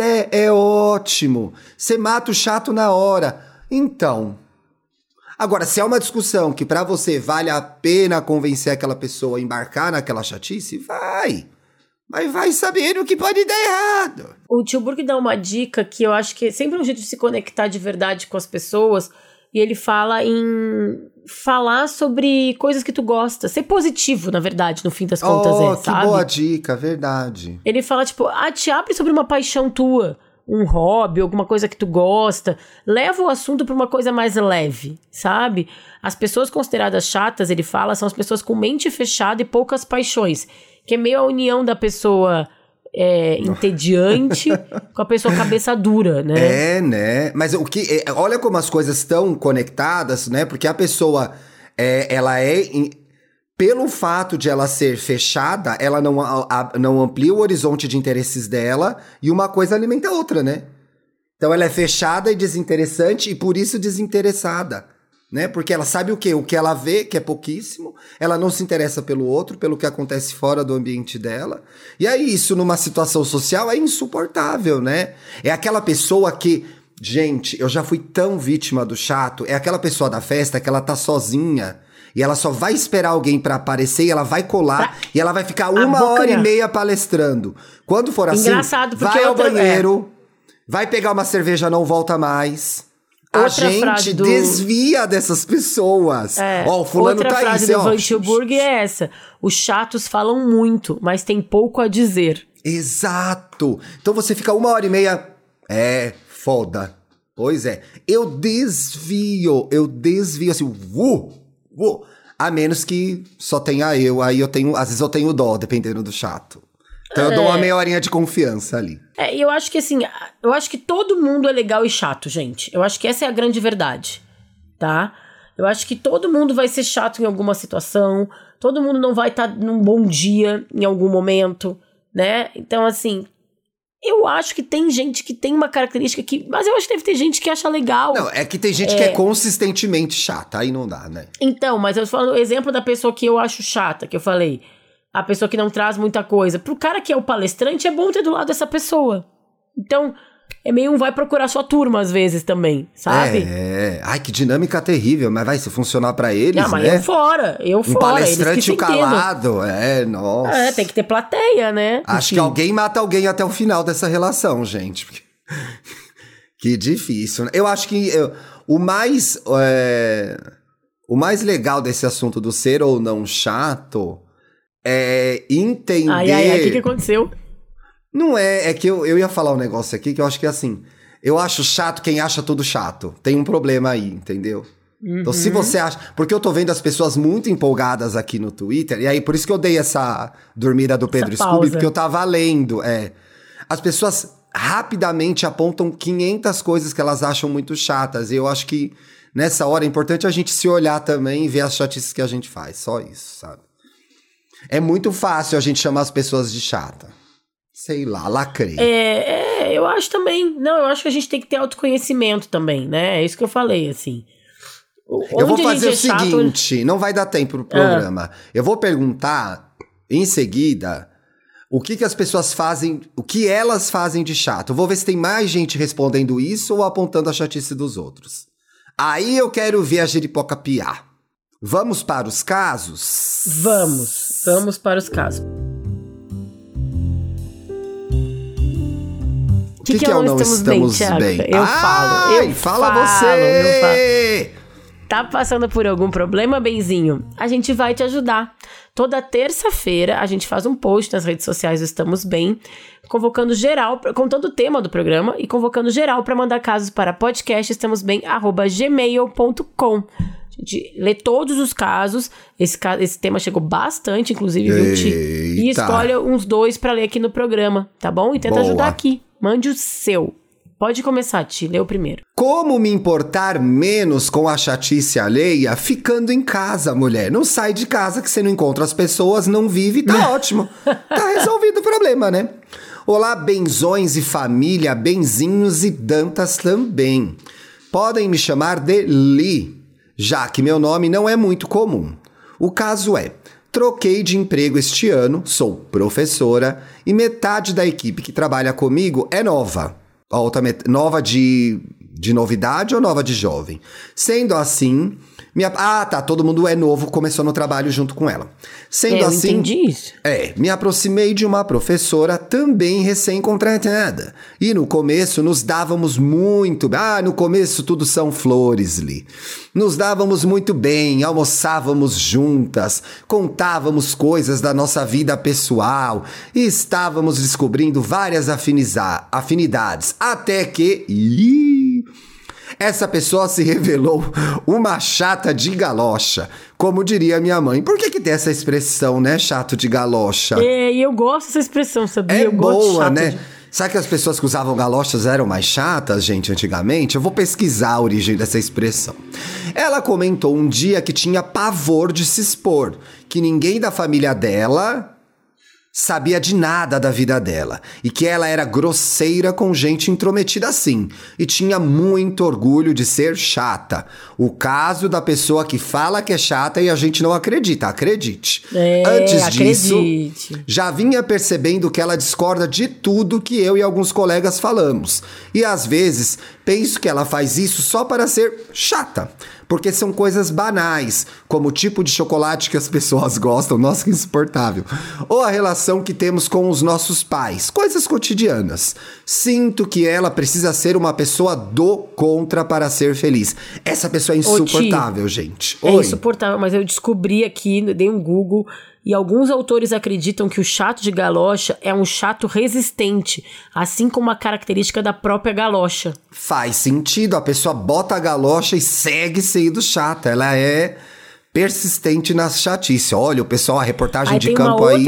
ótimo. Você mata o chato na hora. Então, agora, se é uma discussão que pra você vale a pena convencer aquela pessoa a embarcar naquela chatice, vai. Mas vai sabendo que pode dar errado. O Tilburg dá uma dica que eu acho que é sempre um jeito de se conectar de verdade com as pessoas. E ele fala em falar sobre coisas que tu gosta. Ser positivo, na verdade, no fim das contas, sabe? Que boa dica, verdade. Ele fala, te abre sobre uma paixão tua. Um hobby, alguma coisa que tu gosta. Leva o assunto pra uma coisa mais leve, sabe? As pessoas consideradas chatas, ele fala, são as pessoas com mente fechada e poucas paixões. Que é meio a união da pessoa... entediante com a pessoa cabeça dura, né? Né? Mas olha como as coisas estão conectadas, né? Porque a pessoa, pelo fato de ela ser fechada, ela não amplia o horizonte de interesses dela e uma coisa alimenta a outra, né? Então ela é fechada e desinteressante e por isso desinteressada. Né? Porque ela sabe o quê? O que ela vê, que é pouquíssimo, ela não se interessa pelo outro, pelo que acontece fora do ambiente dela. E aí, isso numa situação social é insuportável, né? É aquela pessoa que Gente, eu já fui tão vítima do chato. É aquela pessoa da festa que ela tá sozinha e ela só vai esperar alguém pra aparecer e ela vai colar e ela vai ficar 1h30 palestrando. Quando for assim, vai ao banheiro, vai pegar uma cerveja, não volta mais. A gente desvia dessas pessoas. Ó, o fulano tá aí. Outra frase do Van Tilburg é essa. Os chatos falam muito, mas tem pouco a dizer. Exato. Então você fica 1h30... foda. Pois é. Eu desvio assim, a menos que só tenha eu. Aí eu tenho, às vezes eu tenho dó, dependendo do chato. Então eu dou uma meia horinha de confiança ali. E eu acho que assim, eu acho que todo mundo é legal e chato, gente. Eu acho que essa é a grande verdade, tá? Eu acho que todo mundo vai ser chato em alguma situação, todo mundo não vai estar num bom dia em algum momento, né? Então assim, eu acho que tem gente que tem uma característica que... Mas eu acho que deve ter gente que acha legal. Não, é que tem gente que é consistentemente chata, aí não dá, né? Então, mas eu tô falando o exemplo da pessoa que eu acho chata, que eu falei... A pessoa que não traz muita coisa. Pro cara que é o palestrante, é bom ter do lado dessa pessoa. Então, é meio vai procurar sua turma às vezes também, sabe? Ai, que dinâmica terrível. Mas vai, se funcionar pra eles, mas né? Eu fora. Um palestrante o calado. Nossa. Tem que ter plateia, né? Acho que alguém mata alguém até o final dessa relação, gente. Que difícil, né? Eu acho que o mais legal desse assunto do ser ou não chato... É entender... O que aconteceu? Não é que eu ia falar um negócio aqui que eu acho que é assim, eu acho chato quem acha tudo chato, tem um problema aí, entendeu? Então se você acha, porque eu tô vendo as pessoas muito empolgadas aqui no Twitter, e aí por isso que eu dei essa dormida do Pedro Scooby, porque eu tava lendo, as pessoas rapidamente apontam 500 coisas que elas acham muito chatas, e eu acho que nessa hora é importante a gente se olhar também e ver as chatices que a gente faz, só isso, sabe? É muito fácil a gente chamar as pessoas de chata. Sei lá, lacrei. Eu acho também. Não, eu acho que a gente tem que ter autoconhecimento também, né? É isso que eu falei, assim. Eu vou fazer o seguinte, não vai dar tempo pro programa. Eu vou perguntar, em seguida, o que as pessoas fazem, o que elas fazem de chato. Eu vou ver se tem mais gente respondendo isso ou apontando a chatice dos outros. Aí eu quero ver a Jeripoca piar. Vamos para os casos? Vamos para os casos. O que é o não estamos bem? Eu falo. Fala você! Tá passando por algum problema, benzinho? A gente vai te ajudar. Toda terça-feira a gente faz um post nas redes sociais do Estamos Bem, convocando geral, contando o tema do programa e convocando geral para mandar casos para podcastestamosbem@gmail.com. A gente lê todos os casos. Esse tema chegou bastante, inclusive, viu, Ti? E escolhe uns 2 pra ler aqui no programa, tá bom? E tenta ajudar aqui. Mande o seu. Pode começar, Ti. Lê o primeiro. Como me importar menos com a chatice alheia ficando em casa, mulher? Não sai de casa que você não encontra as pessoas, não vive, tá ótimo. Tá resolvido o problema, né? Olá, benzões e família, benzinhos e dantas também. Podem me chamar de Li, já que meu nome não é muito comum. O caso é, troquei de emprego este ano, sou professora, e metade da equipe que trabalha comigo é nova. A outra nova de novidade ou nova de jovem? Sendo assim... todo mundo é novo, começou no trabalho junto com ela. Sendo assim... Eu entendi isso. Me aproximei de uma professora também recém-contratada. E no começo nos dávamos muito... no começo tudo são flores, Li. Nos dávamos muito bem, almoçávamos juntas, contávamos coisas da nossa vida pessoal e estávamos descobrindo várias afinidades. Até que... essa pessoa se revelou uma chata de galocha, como diria minha mãe. Por que tem essa expressão, né? Chato de galocha. E eu gosto dessa expressão, sabia? Eu boa, né? Sabe que as pessoas que usavam galochas eram mais chatas, gente, antigamente? Eu vou pesquisar a origem dessa expressão. Ela comentou um dia que tinha pavor de se expor, que ninguém da família dela sabia de nada da vida dela e que ela era grosseira com gente intrometida assim e tinha muito orgulho de ser chata. O caso da pessoa que fala que é chata e a gente não acredita, acredite. Antes disso, já vinha percebendo que ela discorda de tudo que eu e alguns colegas falamos. E às vezes penso que ela faz isso só para ser chata. Porque são coisas banais, como o tipo de chocolate que as pessoas gostam, nossa, que insuportável. Ou a relação que temos com os nossos pais, coisas cotidianas. Sinto que ela precisa ser uma pessoa do contra para ser feliz. Essa pessoa é insuportável, gente. É insuportável, mas eu descobri aqui, dei um Google, e alguns autores acreditam que o chato de galocha é um chato resistente, assim como a característica da própria galocha. Faz sentido, a pessoa bota a galocha e segue sendo chata, ela é persistente na chatice. Olha, o pessoal, a reportagem de campo aí...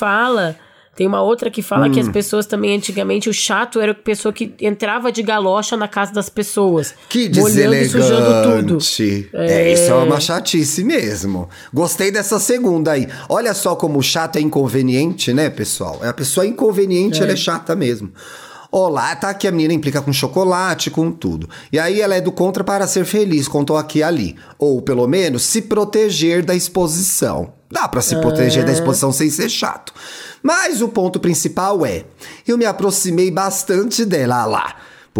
Tem uma outra que fala que as pessoas também, antigamente, o chato era a pessoa que entrava de galocha na casa das pessoas. Que deselegante. E sujando tudo. Isso é uma chatice mesmo. Gostei dessa segunda aí. Olha só como o chato é inconveniente, né, pessoal? A pessoa inconveniente, ela é chata mesmo. Olá, tá aqui a menina implica com chocolate, com tudo. E aí ela é do contra para ser feliz, contou aqui e ali. Ou, pelo menos, se proteger da exposição. Dá pra se proteger da exposição sem ser chato. Mas o ponto principal é, eu me aproximei bastante dela lá.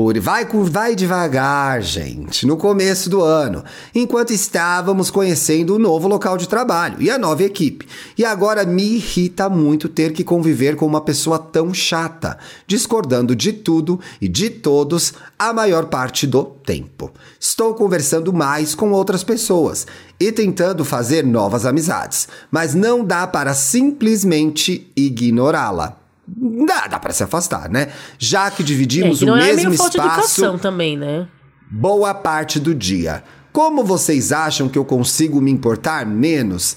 Vai devagar, gente, no começo do ano, enquanto estávamos conhecendo o novo local de trabalho e a nova equipe. E agora me irrita muito ter que conviver com uma pessoa tão chata, discordando de tudo e de todos a maior parte do tempo. Estou conversando mais com outras pessoas e tentando fazer novas amizades, mas não dá para simplesmente ignorá-la. Dá pra se afastar, né? Já que dividimos o mesmo espaço... falta de educação também, né? Boa parte do dia. Como vocês acham que eu consigo me importar menos?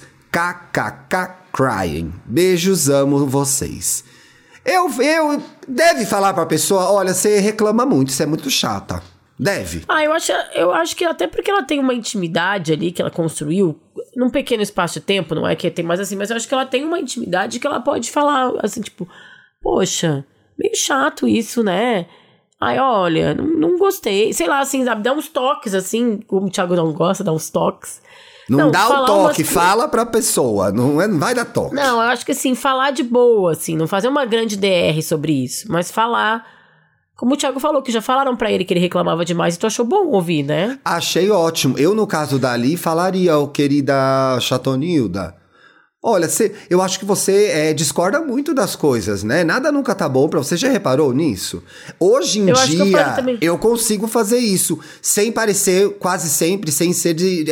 KKK crying. Beijos, amo vocês. Eu deve falar pra pessoa, olha, você reclama muito, você é muito chata. Deve. Eu acho que até porque ela tem uma intimidade ali que ela construiu num pequeno espaço de tempo, não é que tem mais assim, mas eu acho que ela tem uma intimidade que ela pode falar assim, tipo... Poxa, meio chato isso, né? Ai, olha, não gostei. Sei lá, assim, sabe? Dá uns toques, assim, como o Thiago não gosta, dá uns toques. Não dá o toque, fala pra pessoa, não vai dar toque. Não, eu acho que assim, falar de boa, assim, não fazer uma grande DR sobre isso, mas falar... Como o Thiago falou, que já falaram pra ele que ele reclamava demais e tu achou bom ouvir, né? Achei ótimo. Eu, no caso dali, falaria, querida Chatonilda... Olha, eu acho que você discorda muito das coisas, né? Nada nunca tá bom pra você. Já reparou nisso? Hoje em dia, eu consigo fazer isso, sem parecer, quase sempre, sem ser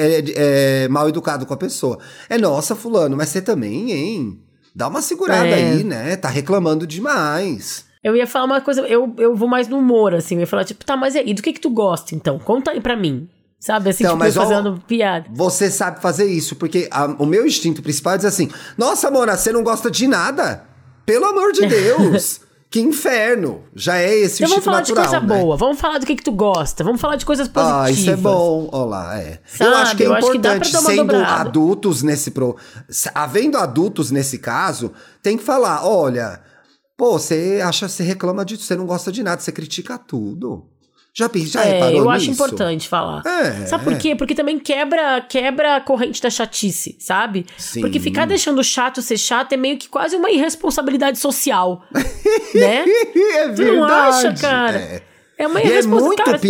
mal educado com a pessoa. Nossa, fulano, mas você também, hein? Dá uma segurada aí, né? Tá reclamando demais. Eu ia falar uma coisa, eu vou mais no humor, assim. Eu ia falar, tipo, tá, mas e aí, do que tu gosta, então? Conta aí pra mim. Sabe, assim, então, tipo, fazendo piada. Você sabe fazer isso, porque o meu instinto principal é dizer assim, nossa, Mona, você não gosta de nada? Pelo amor de Deus! Que inferno! Já é esse então, o instinto natural, vamos falar de coisa boa, vamos falar do que tu gosta, vamos falar de coisas positivas. Isso é bom, olá, Sabe, eu acho que é importante, sendo dobrada. adultos havendo adultos nesse caso, tem que falar, olha, você reclama de... Você não gosta de nada, você critica tudo. Já reparou nisso? Eu acho importante falar. Sabe por quê? Porque também quebra a corrente da chatice, sabe? Sim. Porque ficar deixando o chato ser chato é meio que quase uma irresponsabilidade social, né? É verdade. Tu não acha, cara? É uma irresponsabilidade.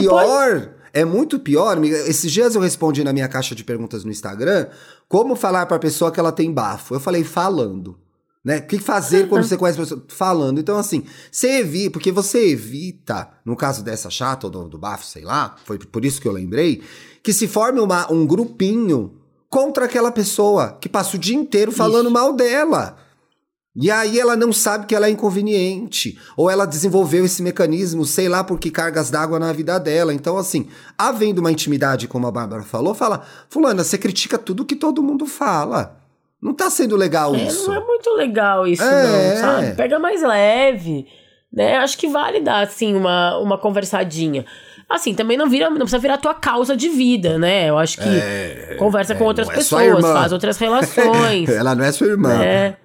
É muito pior. Esses dias eu respondi na minha caixa de perguntas no Instagram como falar pra pessoa que ela tem bafo. Eu falei falando. Né? O que fazer quando você conhece a pessoa? Falando. Então, assim, porque você evita, no caso dessa chata ou do bafo, sei lá, foi por isso que eu lembrei, que se forme um grupinho contra aquela pessoa que passa o dia inteiro falando mal dela. E aí ela não sabe que ela é inconveniente. Ou ela desenvolveu esse mecanismo, sei lá por que cargas d'água na vida dela. Então, assim, havendo uma intimidade, como a Bárbara falou, fala, fulana, você critica tudo que todo mundo fala. Não tá sendo legal isso. Não é muito legal isso, não, sabe? Pega mais leve, né? Acho que vale dar, assim, uma conversadinha. Assim, também não precisa virar tua causa de vida, né? Eu acho que conversa com outras pessoas, faz outras relações. Ela não é sua irmã.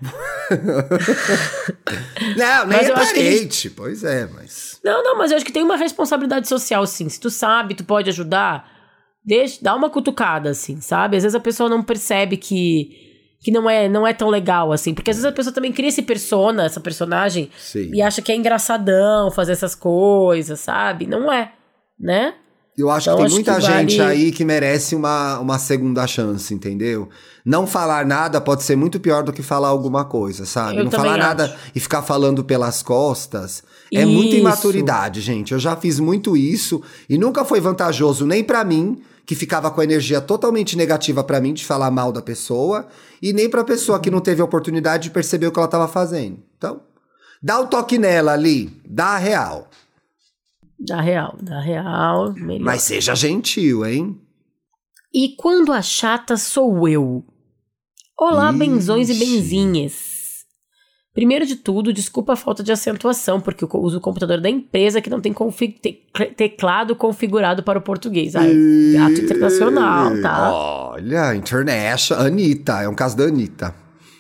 Não, nem é parente. Pois é, mas... Não, mas eu acho que tem uma responsabilidade social, sim. Se tu sabe, tu pode ajudar, dá uma cutucada, assim, sabe? Às vezes a pessoa não percebe que não é tão legal, assim. Porque às vezes a pessoa também cria essa personagem, sim, e acha que é engraçadão fazer essas coisas, sabe? Não é, né? Eu acho que tem muita gente aí que merece uma segunda chance, entendeu? Não falar nada pode ser muito pior do que falar alguma coisa, sabe? Não falar nada e ficar falando pelas costas é muita imaturidade, gente. Eu já fiz muito isso e nunca foi vantajoso nem pra mim, que ficava com a energia totalmente negativa pra mim de falar mal da pessoa, e nem pra pessoa que não teve a oportunidade de perceber o que ela tava fazendo. Então, dá o toque nela ali, dá a real. Dá real. Melhor. Mas seja gentil, hein? E quando a chata sou eu? Olá, benzões e benzinhas. Primeiro de tudo, desculpa a falta de acentuação, porque eu uso o computador da empresa que não tem teclado configurado para o português. Gato internacional, tá? Olha, international. Anitta, é um caso da Anitta.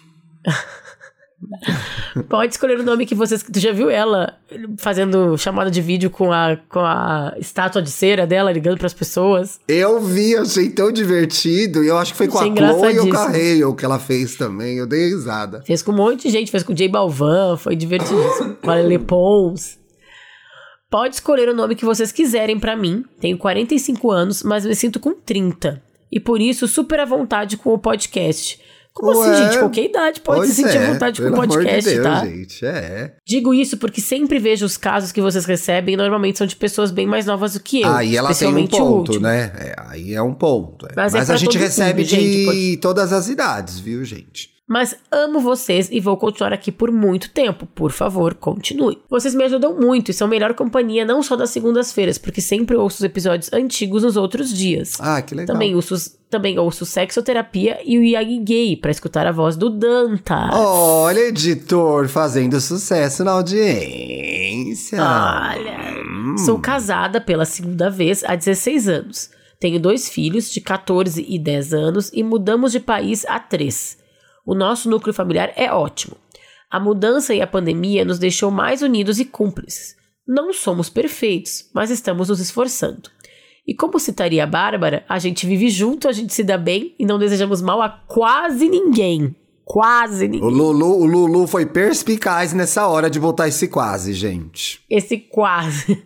Pode escolher o nome que vocês... Tu já viu ela fazendo chamada de vídeo com a estátua de cera dela, ligando pras pessoas? Eu vi, achei tão divertido. E eu acho que foi com a Chloe e o Carreio que ela fez também. Eu dei risada. Fez com um monte de gente. Fez com o J Balvin. Foi divertidíssimo. Com a Lele Pons. Pode escolher o nome que vocês quiserem pra mim. Tenho 45 anos, mas me sinto com 30. E por isso, super à vontade com o podcast. Como assim, gente? Qualquer idade pode se sentir à vontade com o podcast, de Deus, tá? Gente, Digo isso porque sempre vejo os casos que vocês recebem e normalmente são de pessoas bem mais novas do que eu. Aí ela tem um ponto, né? aí é um ponto. Mas a gente recebe de todas as idades, viu, gente? Mas amo vocês e vou continuar aqui por muito tempo. Por favor, continue. Vocês me ajudam muito e são a melhor companhia não só das segundas-feiras, porque sempre ouço os episódios antigos nos outros dias. Ah, que legal. Também ouço Sexoterapia e o Yagi Gay pra escutar a voz do Dantas. Olha, editor, fazendo sucesso na audiência. Olha, sou casada pela segunda vez há 16 anos. Tenho 2 filhos de 14 e 10 anos e mudamos de país há 3. O nosso núcleo familiar é ótimo. A mudança e a pandemia nos deixou mais unidos e cúmplices. Não somos perfeitos, mas estamos nos esforçando. E como citaria a Bárbara, a gente vive junto, a gente se dá bem e não desejamos mal a quase ninguém. Quase ninguém. O Lulu foi perspicaz nessa hora de botar esse quase, gente. Esse quase.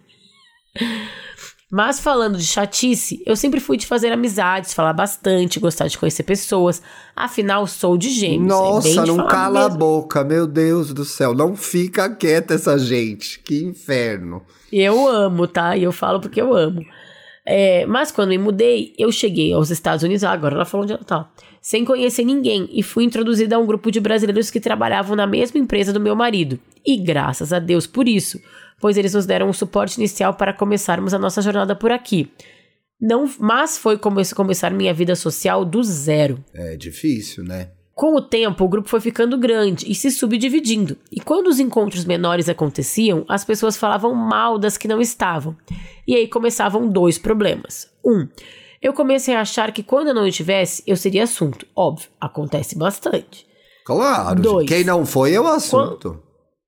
Mas falando de chatice, eu sempre fui de fazer amizades, falar bastante, gostar de conhecer pessoas. Afinal, sou de Gêmeos. Nossa, não cala a boca, meu Deus do céu. Não fica quieta essa gente. Que inferno. Eu amo, tá? E eu falo porque eu amo. Mas quando me mudei, eu cheguei aos Estados Unidos, agora ela falou onde ela tá, sem conhecer ninguém, e fui introduzida a um grupo de brasileiros que trabalhavam na mesma empresa do meu marido. E graças a Deus por isso, pois eles nos deram um suporte inicial para começarmos a nossa jornada por aqui. Mas foi começar minha vida social do zero. É difícil, né? Com o tempo, o grupo foi ficando grande e se subdividindo. E quando os encontros menores aconteciam, as pessoas falavam mal das que não estavam. E aí começavam 2 problemas. 1. Eu comecei a achar que quando eu não estivesse, eu seria assunto. Óbvio, acontece bastante. Claro, 2. Quem não foi é o assunto.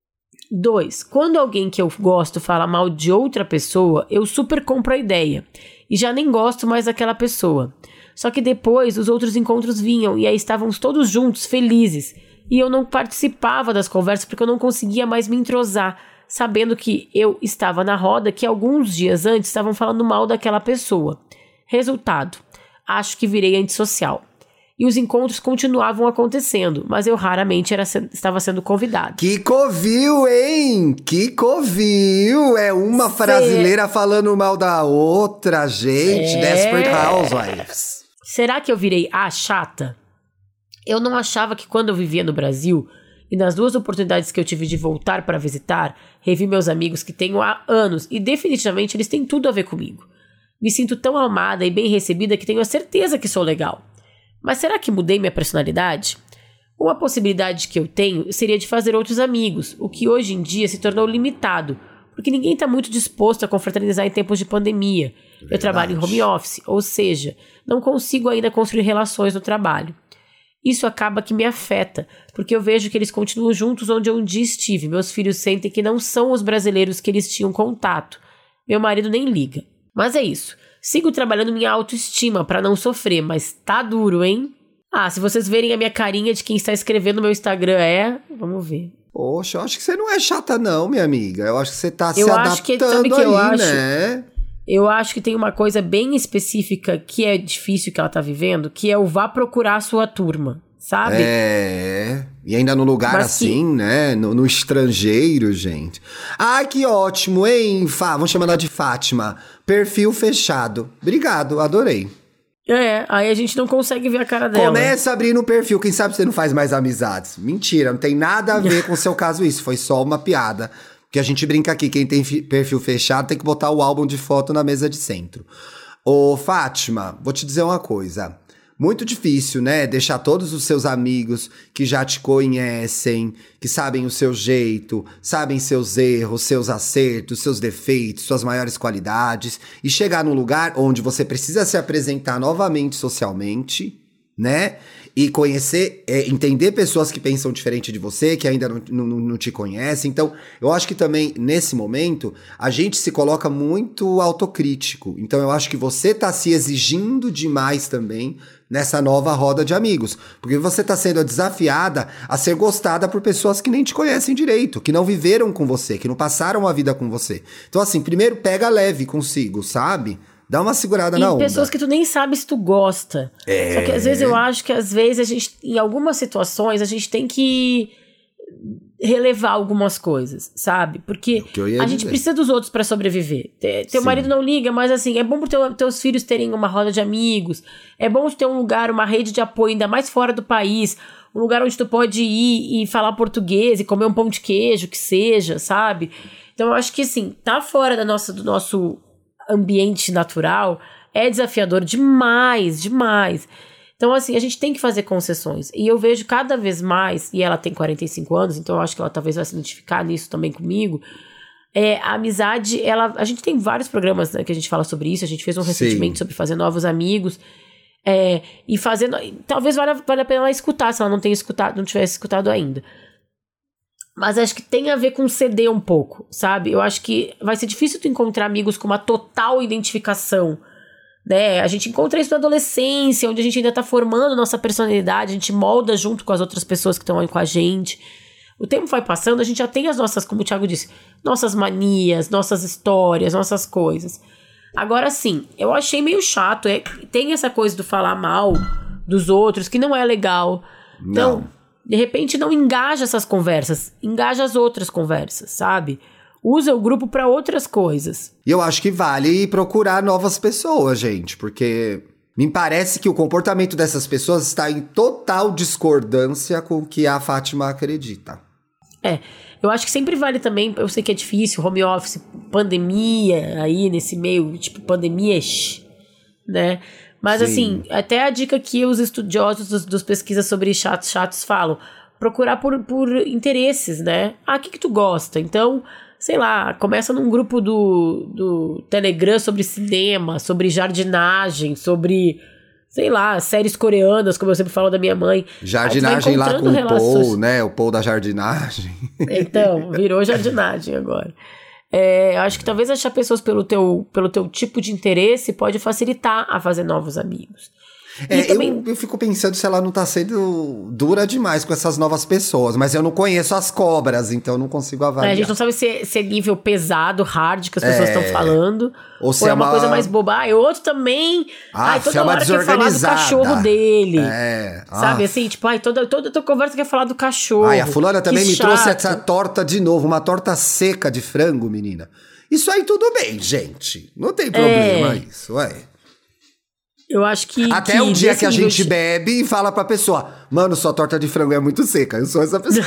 2. Quando alguém que eu gosto fala mal de outra pessoa, eu super compro a ideia. E já nem gosto mais daquela pessoa. Só que depois os outros encontros vinham e aí estávamos todos juntos, felizes. E eu não participava das conversas porque eu não conseguia mais me entrosar, sabendo que eu estava na roda que alguns dias antes estavam falando mal daquela pessoa. Resultado, acho que virei antissocial. E os encontros continuavam acontecendo, mas eu raramente estava sendo convidado. Que covil, hein? Que covil! É uma brasileira falando mal da outra, gente. Desperate Housewives. Será que eu virei a chata? Eu não achava que quando eu vivia no Brasil, e nas 2 oportunidades que eu tive de voltar para visitar, revi meus amigos que tenho há anos, e definitivamente eles têm tudo a ver comigo. Me sinto tão amada e bem recebida que tenho a certeza que sou legal. Mas será que mudei minha personalidade? Uma possibilidade que eu tenho seria de fazer outros amigos, o que hoje em dia se tornou limitado, Porque ninguém está muito disposto a confraternizar em tempos de pandemia. Verdade. Eu trabalho em home office, ou seja, não consigo ainda construir relações no trabalho. Isso acaba que me afeta, porque eu vejo que eles continuam juntos onde eu um dia estive. Meus filhos sentem que não são os brasileiros que eles tinham contato. Meu marido nem liga. Mas é isso. Sigo trabalhando minha autoestima para não sofrer, mas tá duro, hein? Se vocês verem a minha carinha de quem está escrevendo no meu Instagram vamos ver. Poxa, eu acho que você não é chata não, minha amiga. Eu acho que você tá se adaptando aí, né? Eu acho que tem uma coisa bem específica que é difícil que ela tá vivendo, que é o vá procurar a sua turma, sabe? E ainda no lugar assim, né? No estrangeiro, gente. Que ótimo, hein? Vamos chamar ela de Fátima. Perfil fechado. Obrigado, adorei. Aí a gente não consegue ver a cara dela. Começa abrindo o perfil, quem sabe você não faz mais amizades. Mentira, não tem nada a ver com o seu caso isso, foi só uma piada. Porque a gente brinca aqui, quem tem perfil fechado tem que botar o álbum de foto na mesa de centro. Ô, Fátima, vou te dizer uma coisa. Muito difícil, né? Deixar todos os seus amigos que já te conhecem, que sabem o seu jeito, sabem seus erros, seus acertos, seus defeitos, suas maiores qualidades, e chegar num lugar onde você precisa se apresentar novamente socialmente, né? E conhecer, entender pessoas que pensam diferente de você, que ainda não te conhecem. Então, eu acho que também, nesse momento, a gente se coloca muito autocrítico. Então, eu acho que você tá se exigindo demais também nessa nova roda de amigos. Porque você tá sendo desafiada a ser gostada por pessoas que nem te conhecem direito, que não viveram com você, que não passaram a vida com você. Então, assim, primeiro pega leve consigo, sabe? Dá uma segurada na onda. E pessoas que tu nem sabe se tu gosta. Só que às vezes eu acho que às vezes a gente, em algumas situações, a gente tem que relevar algumas coisas, sabe? Porque a gente precisa dos outros pra sobreviver. Teu marido não liga, mas assim, é bom pro teus filhos terem uma roda de amigos. É bom ter um lugar, uma rede de apoio, ainda mais fora do país. Um lugar onde tu pode ir e falar português e comer um pão de queijo, que seja, sabe? Então eu acho que assim, tá fora do nosso ambiente natural é desafiador demais. Então, assim, a gente tem que fazer concessões. E eu vejo cada vez mais, e ela tem 45 anos, então eu acho que ela talvez vai se identificar nisso também comigo. A amizade, a gente tem vários programas, né, que a gente fala sobre isso. A gente fez um recentemente sobre fazer novos amigos. E fazendo. Talvez valha a pena ela escutar, se ela não tivesse escutado ainda. Mas acho que tem a ver com ceder um pouco, sabe? Eu acho que vai ser difícil tu encontrar amigos com uma total identificação, né? A gente encontra isso na adolescência, onde a gente ainda tá formando nossa personalidade, a gente molda junto com as outras pessoas que estão aí com a gente. O tempo vai passando, a gente já tem as nossas, como o Thiago disse, nossas manias, nossas histórias, nossas coisas. Agora sim, eu achei meio chato, tem essa coisa do falar mal dos outros, que não é legal. Então, de repente, não engaja essas conversas, engaja as outras conversas, sabe? Usa o grupo para outras coisas. E eu acho que vale procurar novas pessoas, gente, porque me parece que o comportamento dessas pessoas está em total discordância com o que a Fátima acredita. Eu acho que sempre vale também, eu sei que é difícil, home office, pandemia, aí nesse meio, tipo, pandemias, né? Mas, assim, até a dica que os estudiosos dos pesquisas sobre chatos falam, procurar por interesses, né? O que tu gosta? Então, sei lá, começa num grupo do Telegram sobre cinema, sobre jardinagem, sobre, sei lá, séries coreanas, como eu sempre falo da minha mãe. Jardinagem lá com o Paul, né? O Paul da jardinagem. Então, virou jardinagem agora. Acho que talvez achar pessoas pelo teu tipo de interesse pode facilitar a fazer novos amigos. Também... eu fico pensando se ela não tá sendo dura demais com essas novas pessoas, mas eu não conheço as cobras, então eu não consigo avaliar. A gente não sabe se é nível pesado, hard, que as pessoas estão falando, ou se é uma coisa mais boba. Outro também, toda hora quer falar do cachorro dele, sabe, assim, tipo, toda tua conversa quer falar do cachorro. A fulana também me trouxe essa torta de novo, uma torta seca de frango, menina. Isso aí tudo bem, gente, não tem problema isso, Eu acho que... Até o dia que a gente bebe e fala pra pessoa, mano, sua torta de frango é muito seca. Eu sou essa pessoa.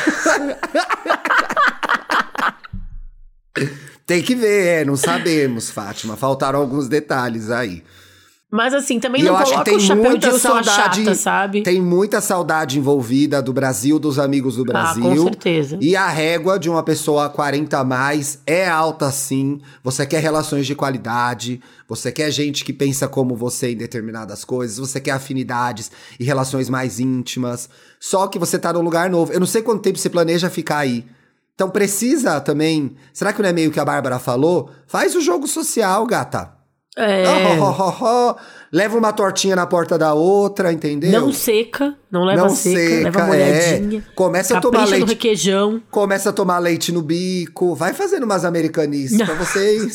Tem que ver, não sabemos, Fátima. Faltaram alguns detalhes aí. Mas assim, também não coloca o chapéu de eu sou a chata, sabe? Tem muita saudade envolvida do Brasil, dos amigos do Brasil. Com certeza. E a régua de uma pessoa 40 a mais é alta sim. Você quer relações de qualidade, você quer gente que pensa como você em determinadas coisas, você quer afinidades e relações mais íntimas. Só que você tá num lugar novo. Eu não sei quanto tempo você planeja ficar aí. Então precisa também... Será que não é meio que a Bárbara falou? Faz o jogo social, gata. Leva uma tortinha na porta da outra, entendeu? Não seca, não leva seca, leva molhadinha. Começa a tomar leite no requeijão. Começa a tomar leite no bico. Vai fazendo umas americanistas pra você ir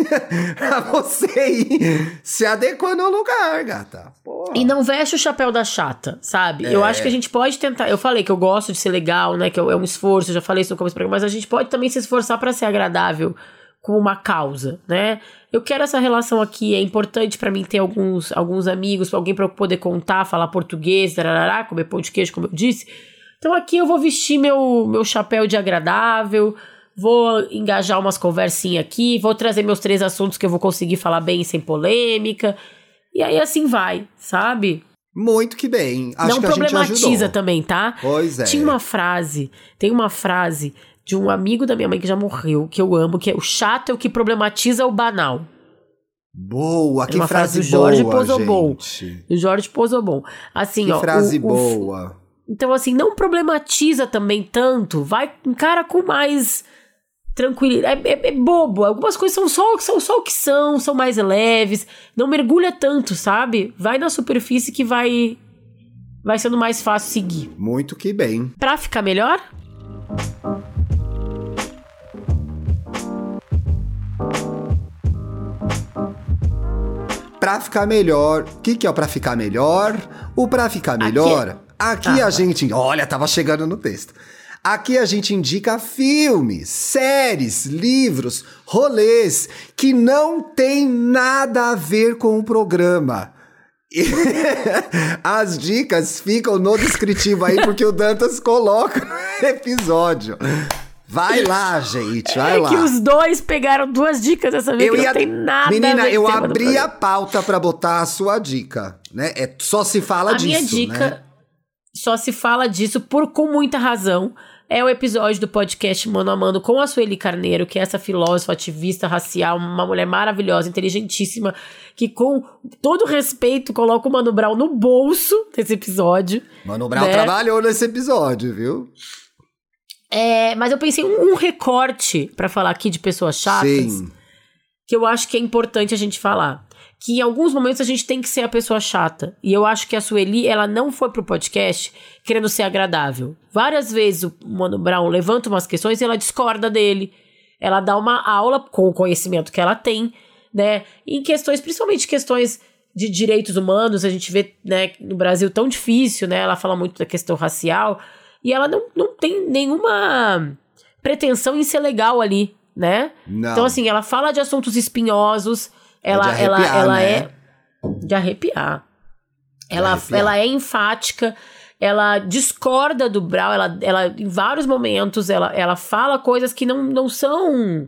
se adequando ao lugar, gata. Porra. E não veste o chapéu da chata, sabe? Eu acho que a gente pode tentar. Eu falei que eu gosto de ser legal, né? Que é um esforço, eu já falei isso no começo do programa, mas a gente pode também se esforçar pra ser agradável com uma causa, né? Eu quero essa relação aqui, é importante pra mim ter alguns amigos, alguém pra eu poder contar, falar português, tarará, comer pão de queijo, como eu disse. Então aqui eu vou vestir meu chapéu de agradável, vou engajar umas conversinhas aqui, vou trazer meus 3 assuntos que eu vou conseguir falar bem sem polêmica, e aí assim vai, sabe? Muito que bem. Acho não que a gente ajudou. Não problematiza também, tá? Pois é. Tem uma frase de um amigo da minha mãe que já morreu, que eu amo, que é: o chato é o que problematiza o banal. Boa, que frase do Jorge boa, Pozobon. gente. Do Jorge Pozobon. Assim, que frase boa. Então, assim, não problematiza também tanto, encara com mais tranquilidade. É bobo, algumas coisas são só o que são mais leves, não mergulha tanto, sabe? Vai na superfície que vai sendo mais fácil seguir. Muito que bem. Pra ficar melhor? Pra ficar melhor, o que é o pra ficar melhor? O pra ficar melhor, aqui a gente... Olha, tava chegando no texto. Aqui a gente indica filmes, séries, livros, rolês que não tem nada a ver com o programa. As dicas ficam no descritivo aí, porque o Dantas coloca no episódio. Vai lá, gente, vai lá. É que os dois pegaram 2 dicas dessa vez, não tem nada Menina, a ver eu abri a pauta pra botar a sua dica, né? Só se fala disso, minha dica, né? Só se fala disso com muita razão. É o episódio do podcast Mano a Mano com a Sueli Carneiro, que é essa filósofa, ativista racial, uma mulher maravilhosa, inteligentíssima, que com todo respeito coloca o Mano Brown no bolso desse episódio. Mano Brown trabalhou nesse episódio, viu? Mas eu pensei um recorte pra falar aqui de pessoas chatas. Sim. Que eu acho que é importante a gente falar. Que em alguns momentos a gente tem que ser a pessoa chata. E eu acho que a Sueli, ela não foi pro podcast querendo ser agradável. Várias vezes o Mano Brown levanta umas questões e ela discorda dele. Ela dá uma aula com o conhecimento que ela tem, né? Em questões, principalmente questões de direitos humanos, a gente vê, né, no Brasil tão difícil, né? Ela fala muito da questão racial. E ela não tem nenhuma pretensão em ser legal ali, né? Não. Então, assim, ela fala de assuntos espinhosos, ela é de arrepiar. Ela é enfática, ela discorda do Brown, ela em vários momentos, ela fala coisas que não são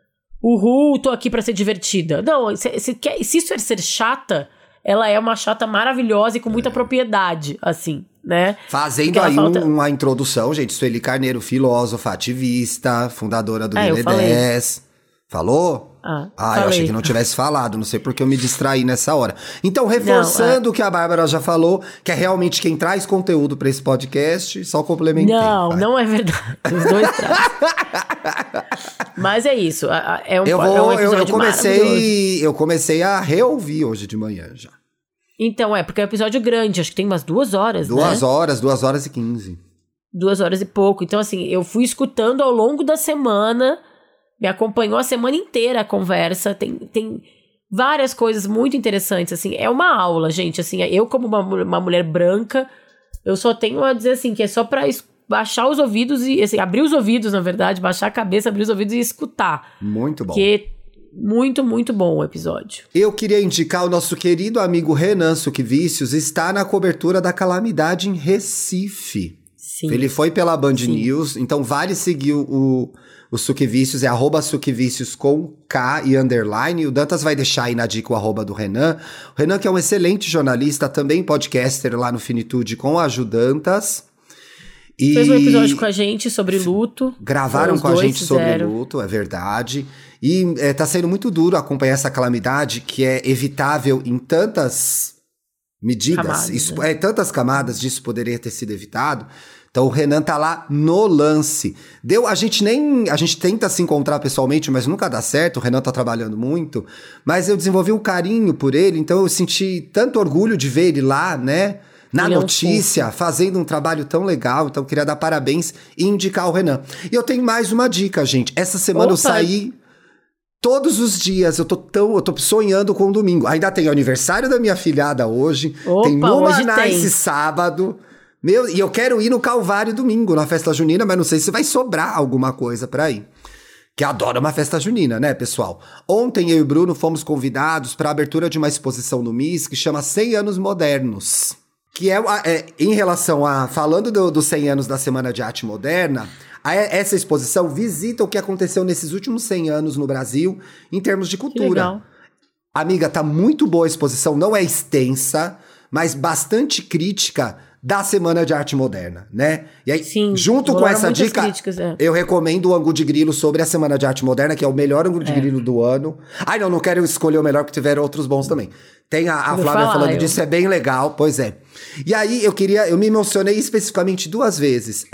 tô aqui pra ser divertida. Não, se isso é ser chata, ela é uma chata maravilhosa e com muita propriedade, assim, né? Fazendo aí uma introdução, gente. Sueli Carneiro, filósofa, ativista, fundadora do INE10. Falou? Eu achei que não tivesse falado. Não sei porque eu me distraí nessa hora. Então, reforçando o que a Bárbara já falou, que é realmente quem traz conteúdo pra esse podcast, só complementei. Não é verdade. Os dois trazem. Mas é isso. É um episódio maravilhoso. Eu comecei a reouvir hoje de manhã já. Então, porque é um episódio grande. Acho que tem umas 2 horas, 2 horas, 2 horas e 15. 2 horas e pouco. Então, assim, eu fui escutando ao longo da semana... Me acompanhou a semana inteira a conversa. Tem várias coisas muito interessantes, assim. É uma aula, gente. Assim, eu, como uma mulher branca, eu só tenho a dizer, assim, que é só pra baixar os ouvidos e... Assim, abrir os ouvidos, na verdade. Baixar a cabeça, abrir os ouvidos e escutar. Muito bom. Porque muito, muito bom o episódio. Eu queria indicar o nosso querido amigo Renan Suquevicius. Está na cobertura da calamidade em Recife. Sim. Ele foi pela Band News. Então, vale seguir o O Suquevicios é @Suquevicios com K e underline. O Dantas vai deixar aí na dica o @ do Renan. O Renan, que é um excelente jornalista, também podcaster lá no Finitude com a Ajudantas. E fez um episódio com a gente sobre luto. Gravaram com a gente sobre luto, é verdade. E tá sendo muito duro acompanhar essa calamidade que é evitável em tantas medidas, camadas, tantas camadas disso poderia ter sido evitado. Então o Renan tá lá no lance. A gente tenta se encontrar pessoalmente, mas nunca dá certo. O Renan tá trabalhando muito, mas eu desenvolvi um carinho por ele, então eu senti tanto orgulho de ver ele lá, né? Na notícia, fazendo um trabalho tão legal. Então, eu queria dar parabéns e indicar o Renan. E eu tenho mais uma dica, gente. Essa semana eu saí todos os dias. Eu tô sonhando com o domingo. Ainda tem o aniversário da minha filhada hoje. Tem Numaná esse sábado. E eu quero ir no Calvário domingo, na festa junina, mas não sei se vai sobrar alguma coisa pra ir. Que adora uma festa junina, né, pessoal? Ontem eu e o Bruno fomos convidados para a abertura de uma exposição no MIS que chama 100 Anos Modernos. Que em relação a... Falando dos 100 anos da Semana de Arte Moderna, essa exposição visita o que aconteceu nesses últimos 100 anos no Brasil, em termos de cultura. Que legal. Amiga, tá muito boa a exposição, não é extensa, mas bastante crítica da Semana de Arte Moderna, né? E aí, sim, junto com essa dica, críticas, eu recomendo o ângulo de grilo sobre a Semana de Arte Moderna, que é o melhor ângulo de grilo do ano. Ai, não quero escolher o melhor, porque tiveram outros bons também. Tem a Flávia falando disso, é bem legal, pois é. E aí, eu me emocionei especificamente 2 vezes.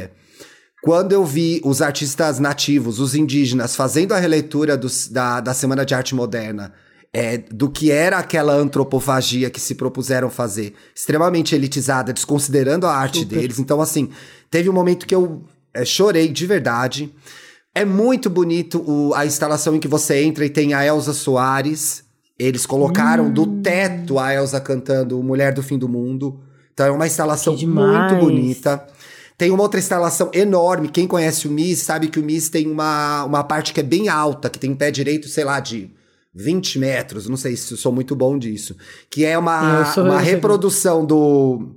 Quando eu vi os artistas nativos, os indígenas, fazendo a releitura da Semana de Arte Moderna, do que era aquela antropofagia que se propuseram fazer, extremamente elitizada, desconsiderando a arte deles. Então, assim, teve um momento que eu chorei de verdade. É muito bonito a instalação em que você entra e tem a Elza Soares. Eles colocaram do teto a Elza cantando Mulher do Fim do Mundo. Então é uma instalação muito bonita. Tem uma outra instalação enorme. Quem conhece o MIS sabe que o MIS tem uma parte que é bem alta, que tem pé direito, sei lá, de 20 metros. Não sei se eu sou muito bom disso. Que é uma reprodução do...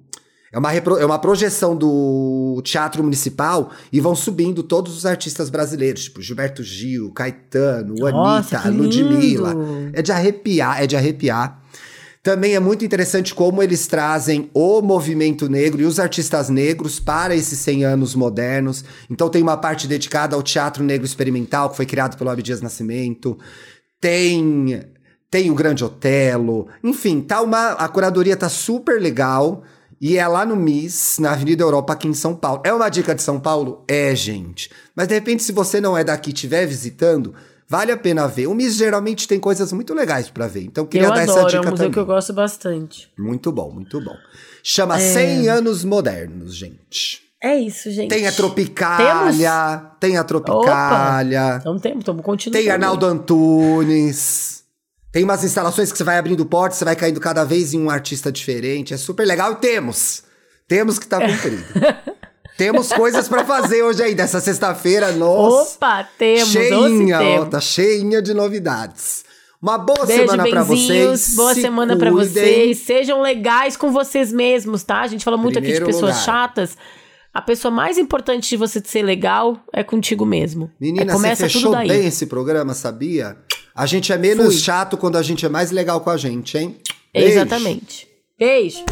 É uma projeção do Teatro Municipal e vão subindo todos os artistas brasileiros, tipo Gilberto Gil, Caetano, Anitta, Ludmilla. É de arrepiar. Também é muito interessante como eles trazem o movimento negro e os artistas negros para esses 100 anos modernos. Então tem uma parte dedicada ao Teatro Negro Experimental, que foi criado pelo Abdias Nascimento. Tem o Grande Otelo. Enfim, a curadoria tá super legal. E é lá no MIS, na Avenida Europa, aqui em São Paulo. É uma dica de São Paulo? Gente. Mas, de repente, se você não é daqui e estiver visitando, vale a pena ver. O MIS geralmente tem coisas muito legais pra ver. Então, queria dar essa dica também. É um museu que eu gosto bastante. Muito bom, muito bom. Chama 100 Anos Modernos, gente. É isso, gente. Tem a Tropicália. Opa! Então estamos continuando. Tem Arnaldo Antunes. Tem umas instalações que você vai abrindo portas, você vai caindo cada vez em um artista diferente. É super legal e temos que estar cumprido. Temos coisas pra fazer hoje aí, dessa sexta-feira, nossa. Opa, temos. Tá cheinha de novidades. Uma boa semana pra vocês. Boa semana pra vocês. Sejam legais com vocês mesmos, tá? A gente fala muito aqui de pessoas chatas. A pessoa mais importante de você ser legal é contigo mesmo. Menina, você fechou bem esse programa, sabia? A gente é menos chato quando a gente é mais legal com a gente, hein? Beijo. Exatamente. Beijo.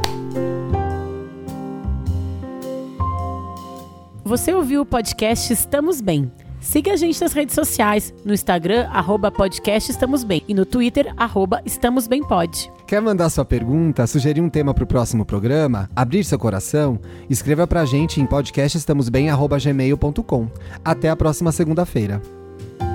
Você ouviu o podcast Estamos Bem. Siga a gente nas redes sociais, no Instagram, @podcastestamosbem e no Twitter, @estamosbempod. Quer mandar sua pergunta, sugerir um tema para o próximo programa, abrir seu coração? Escreva pra gente em podcastestamosbem@gmail.com. Até a próxima segunda-feira.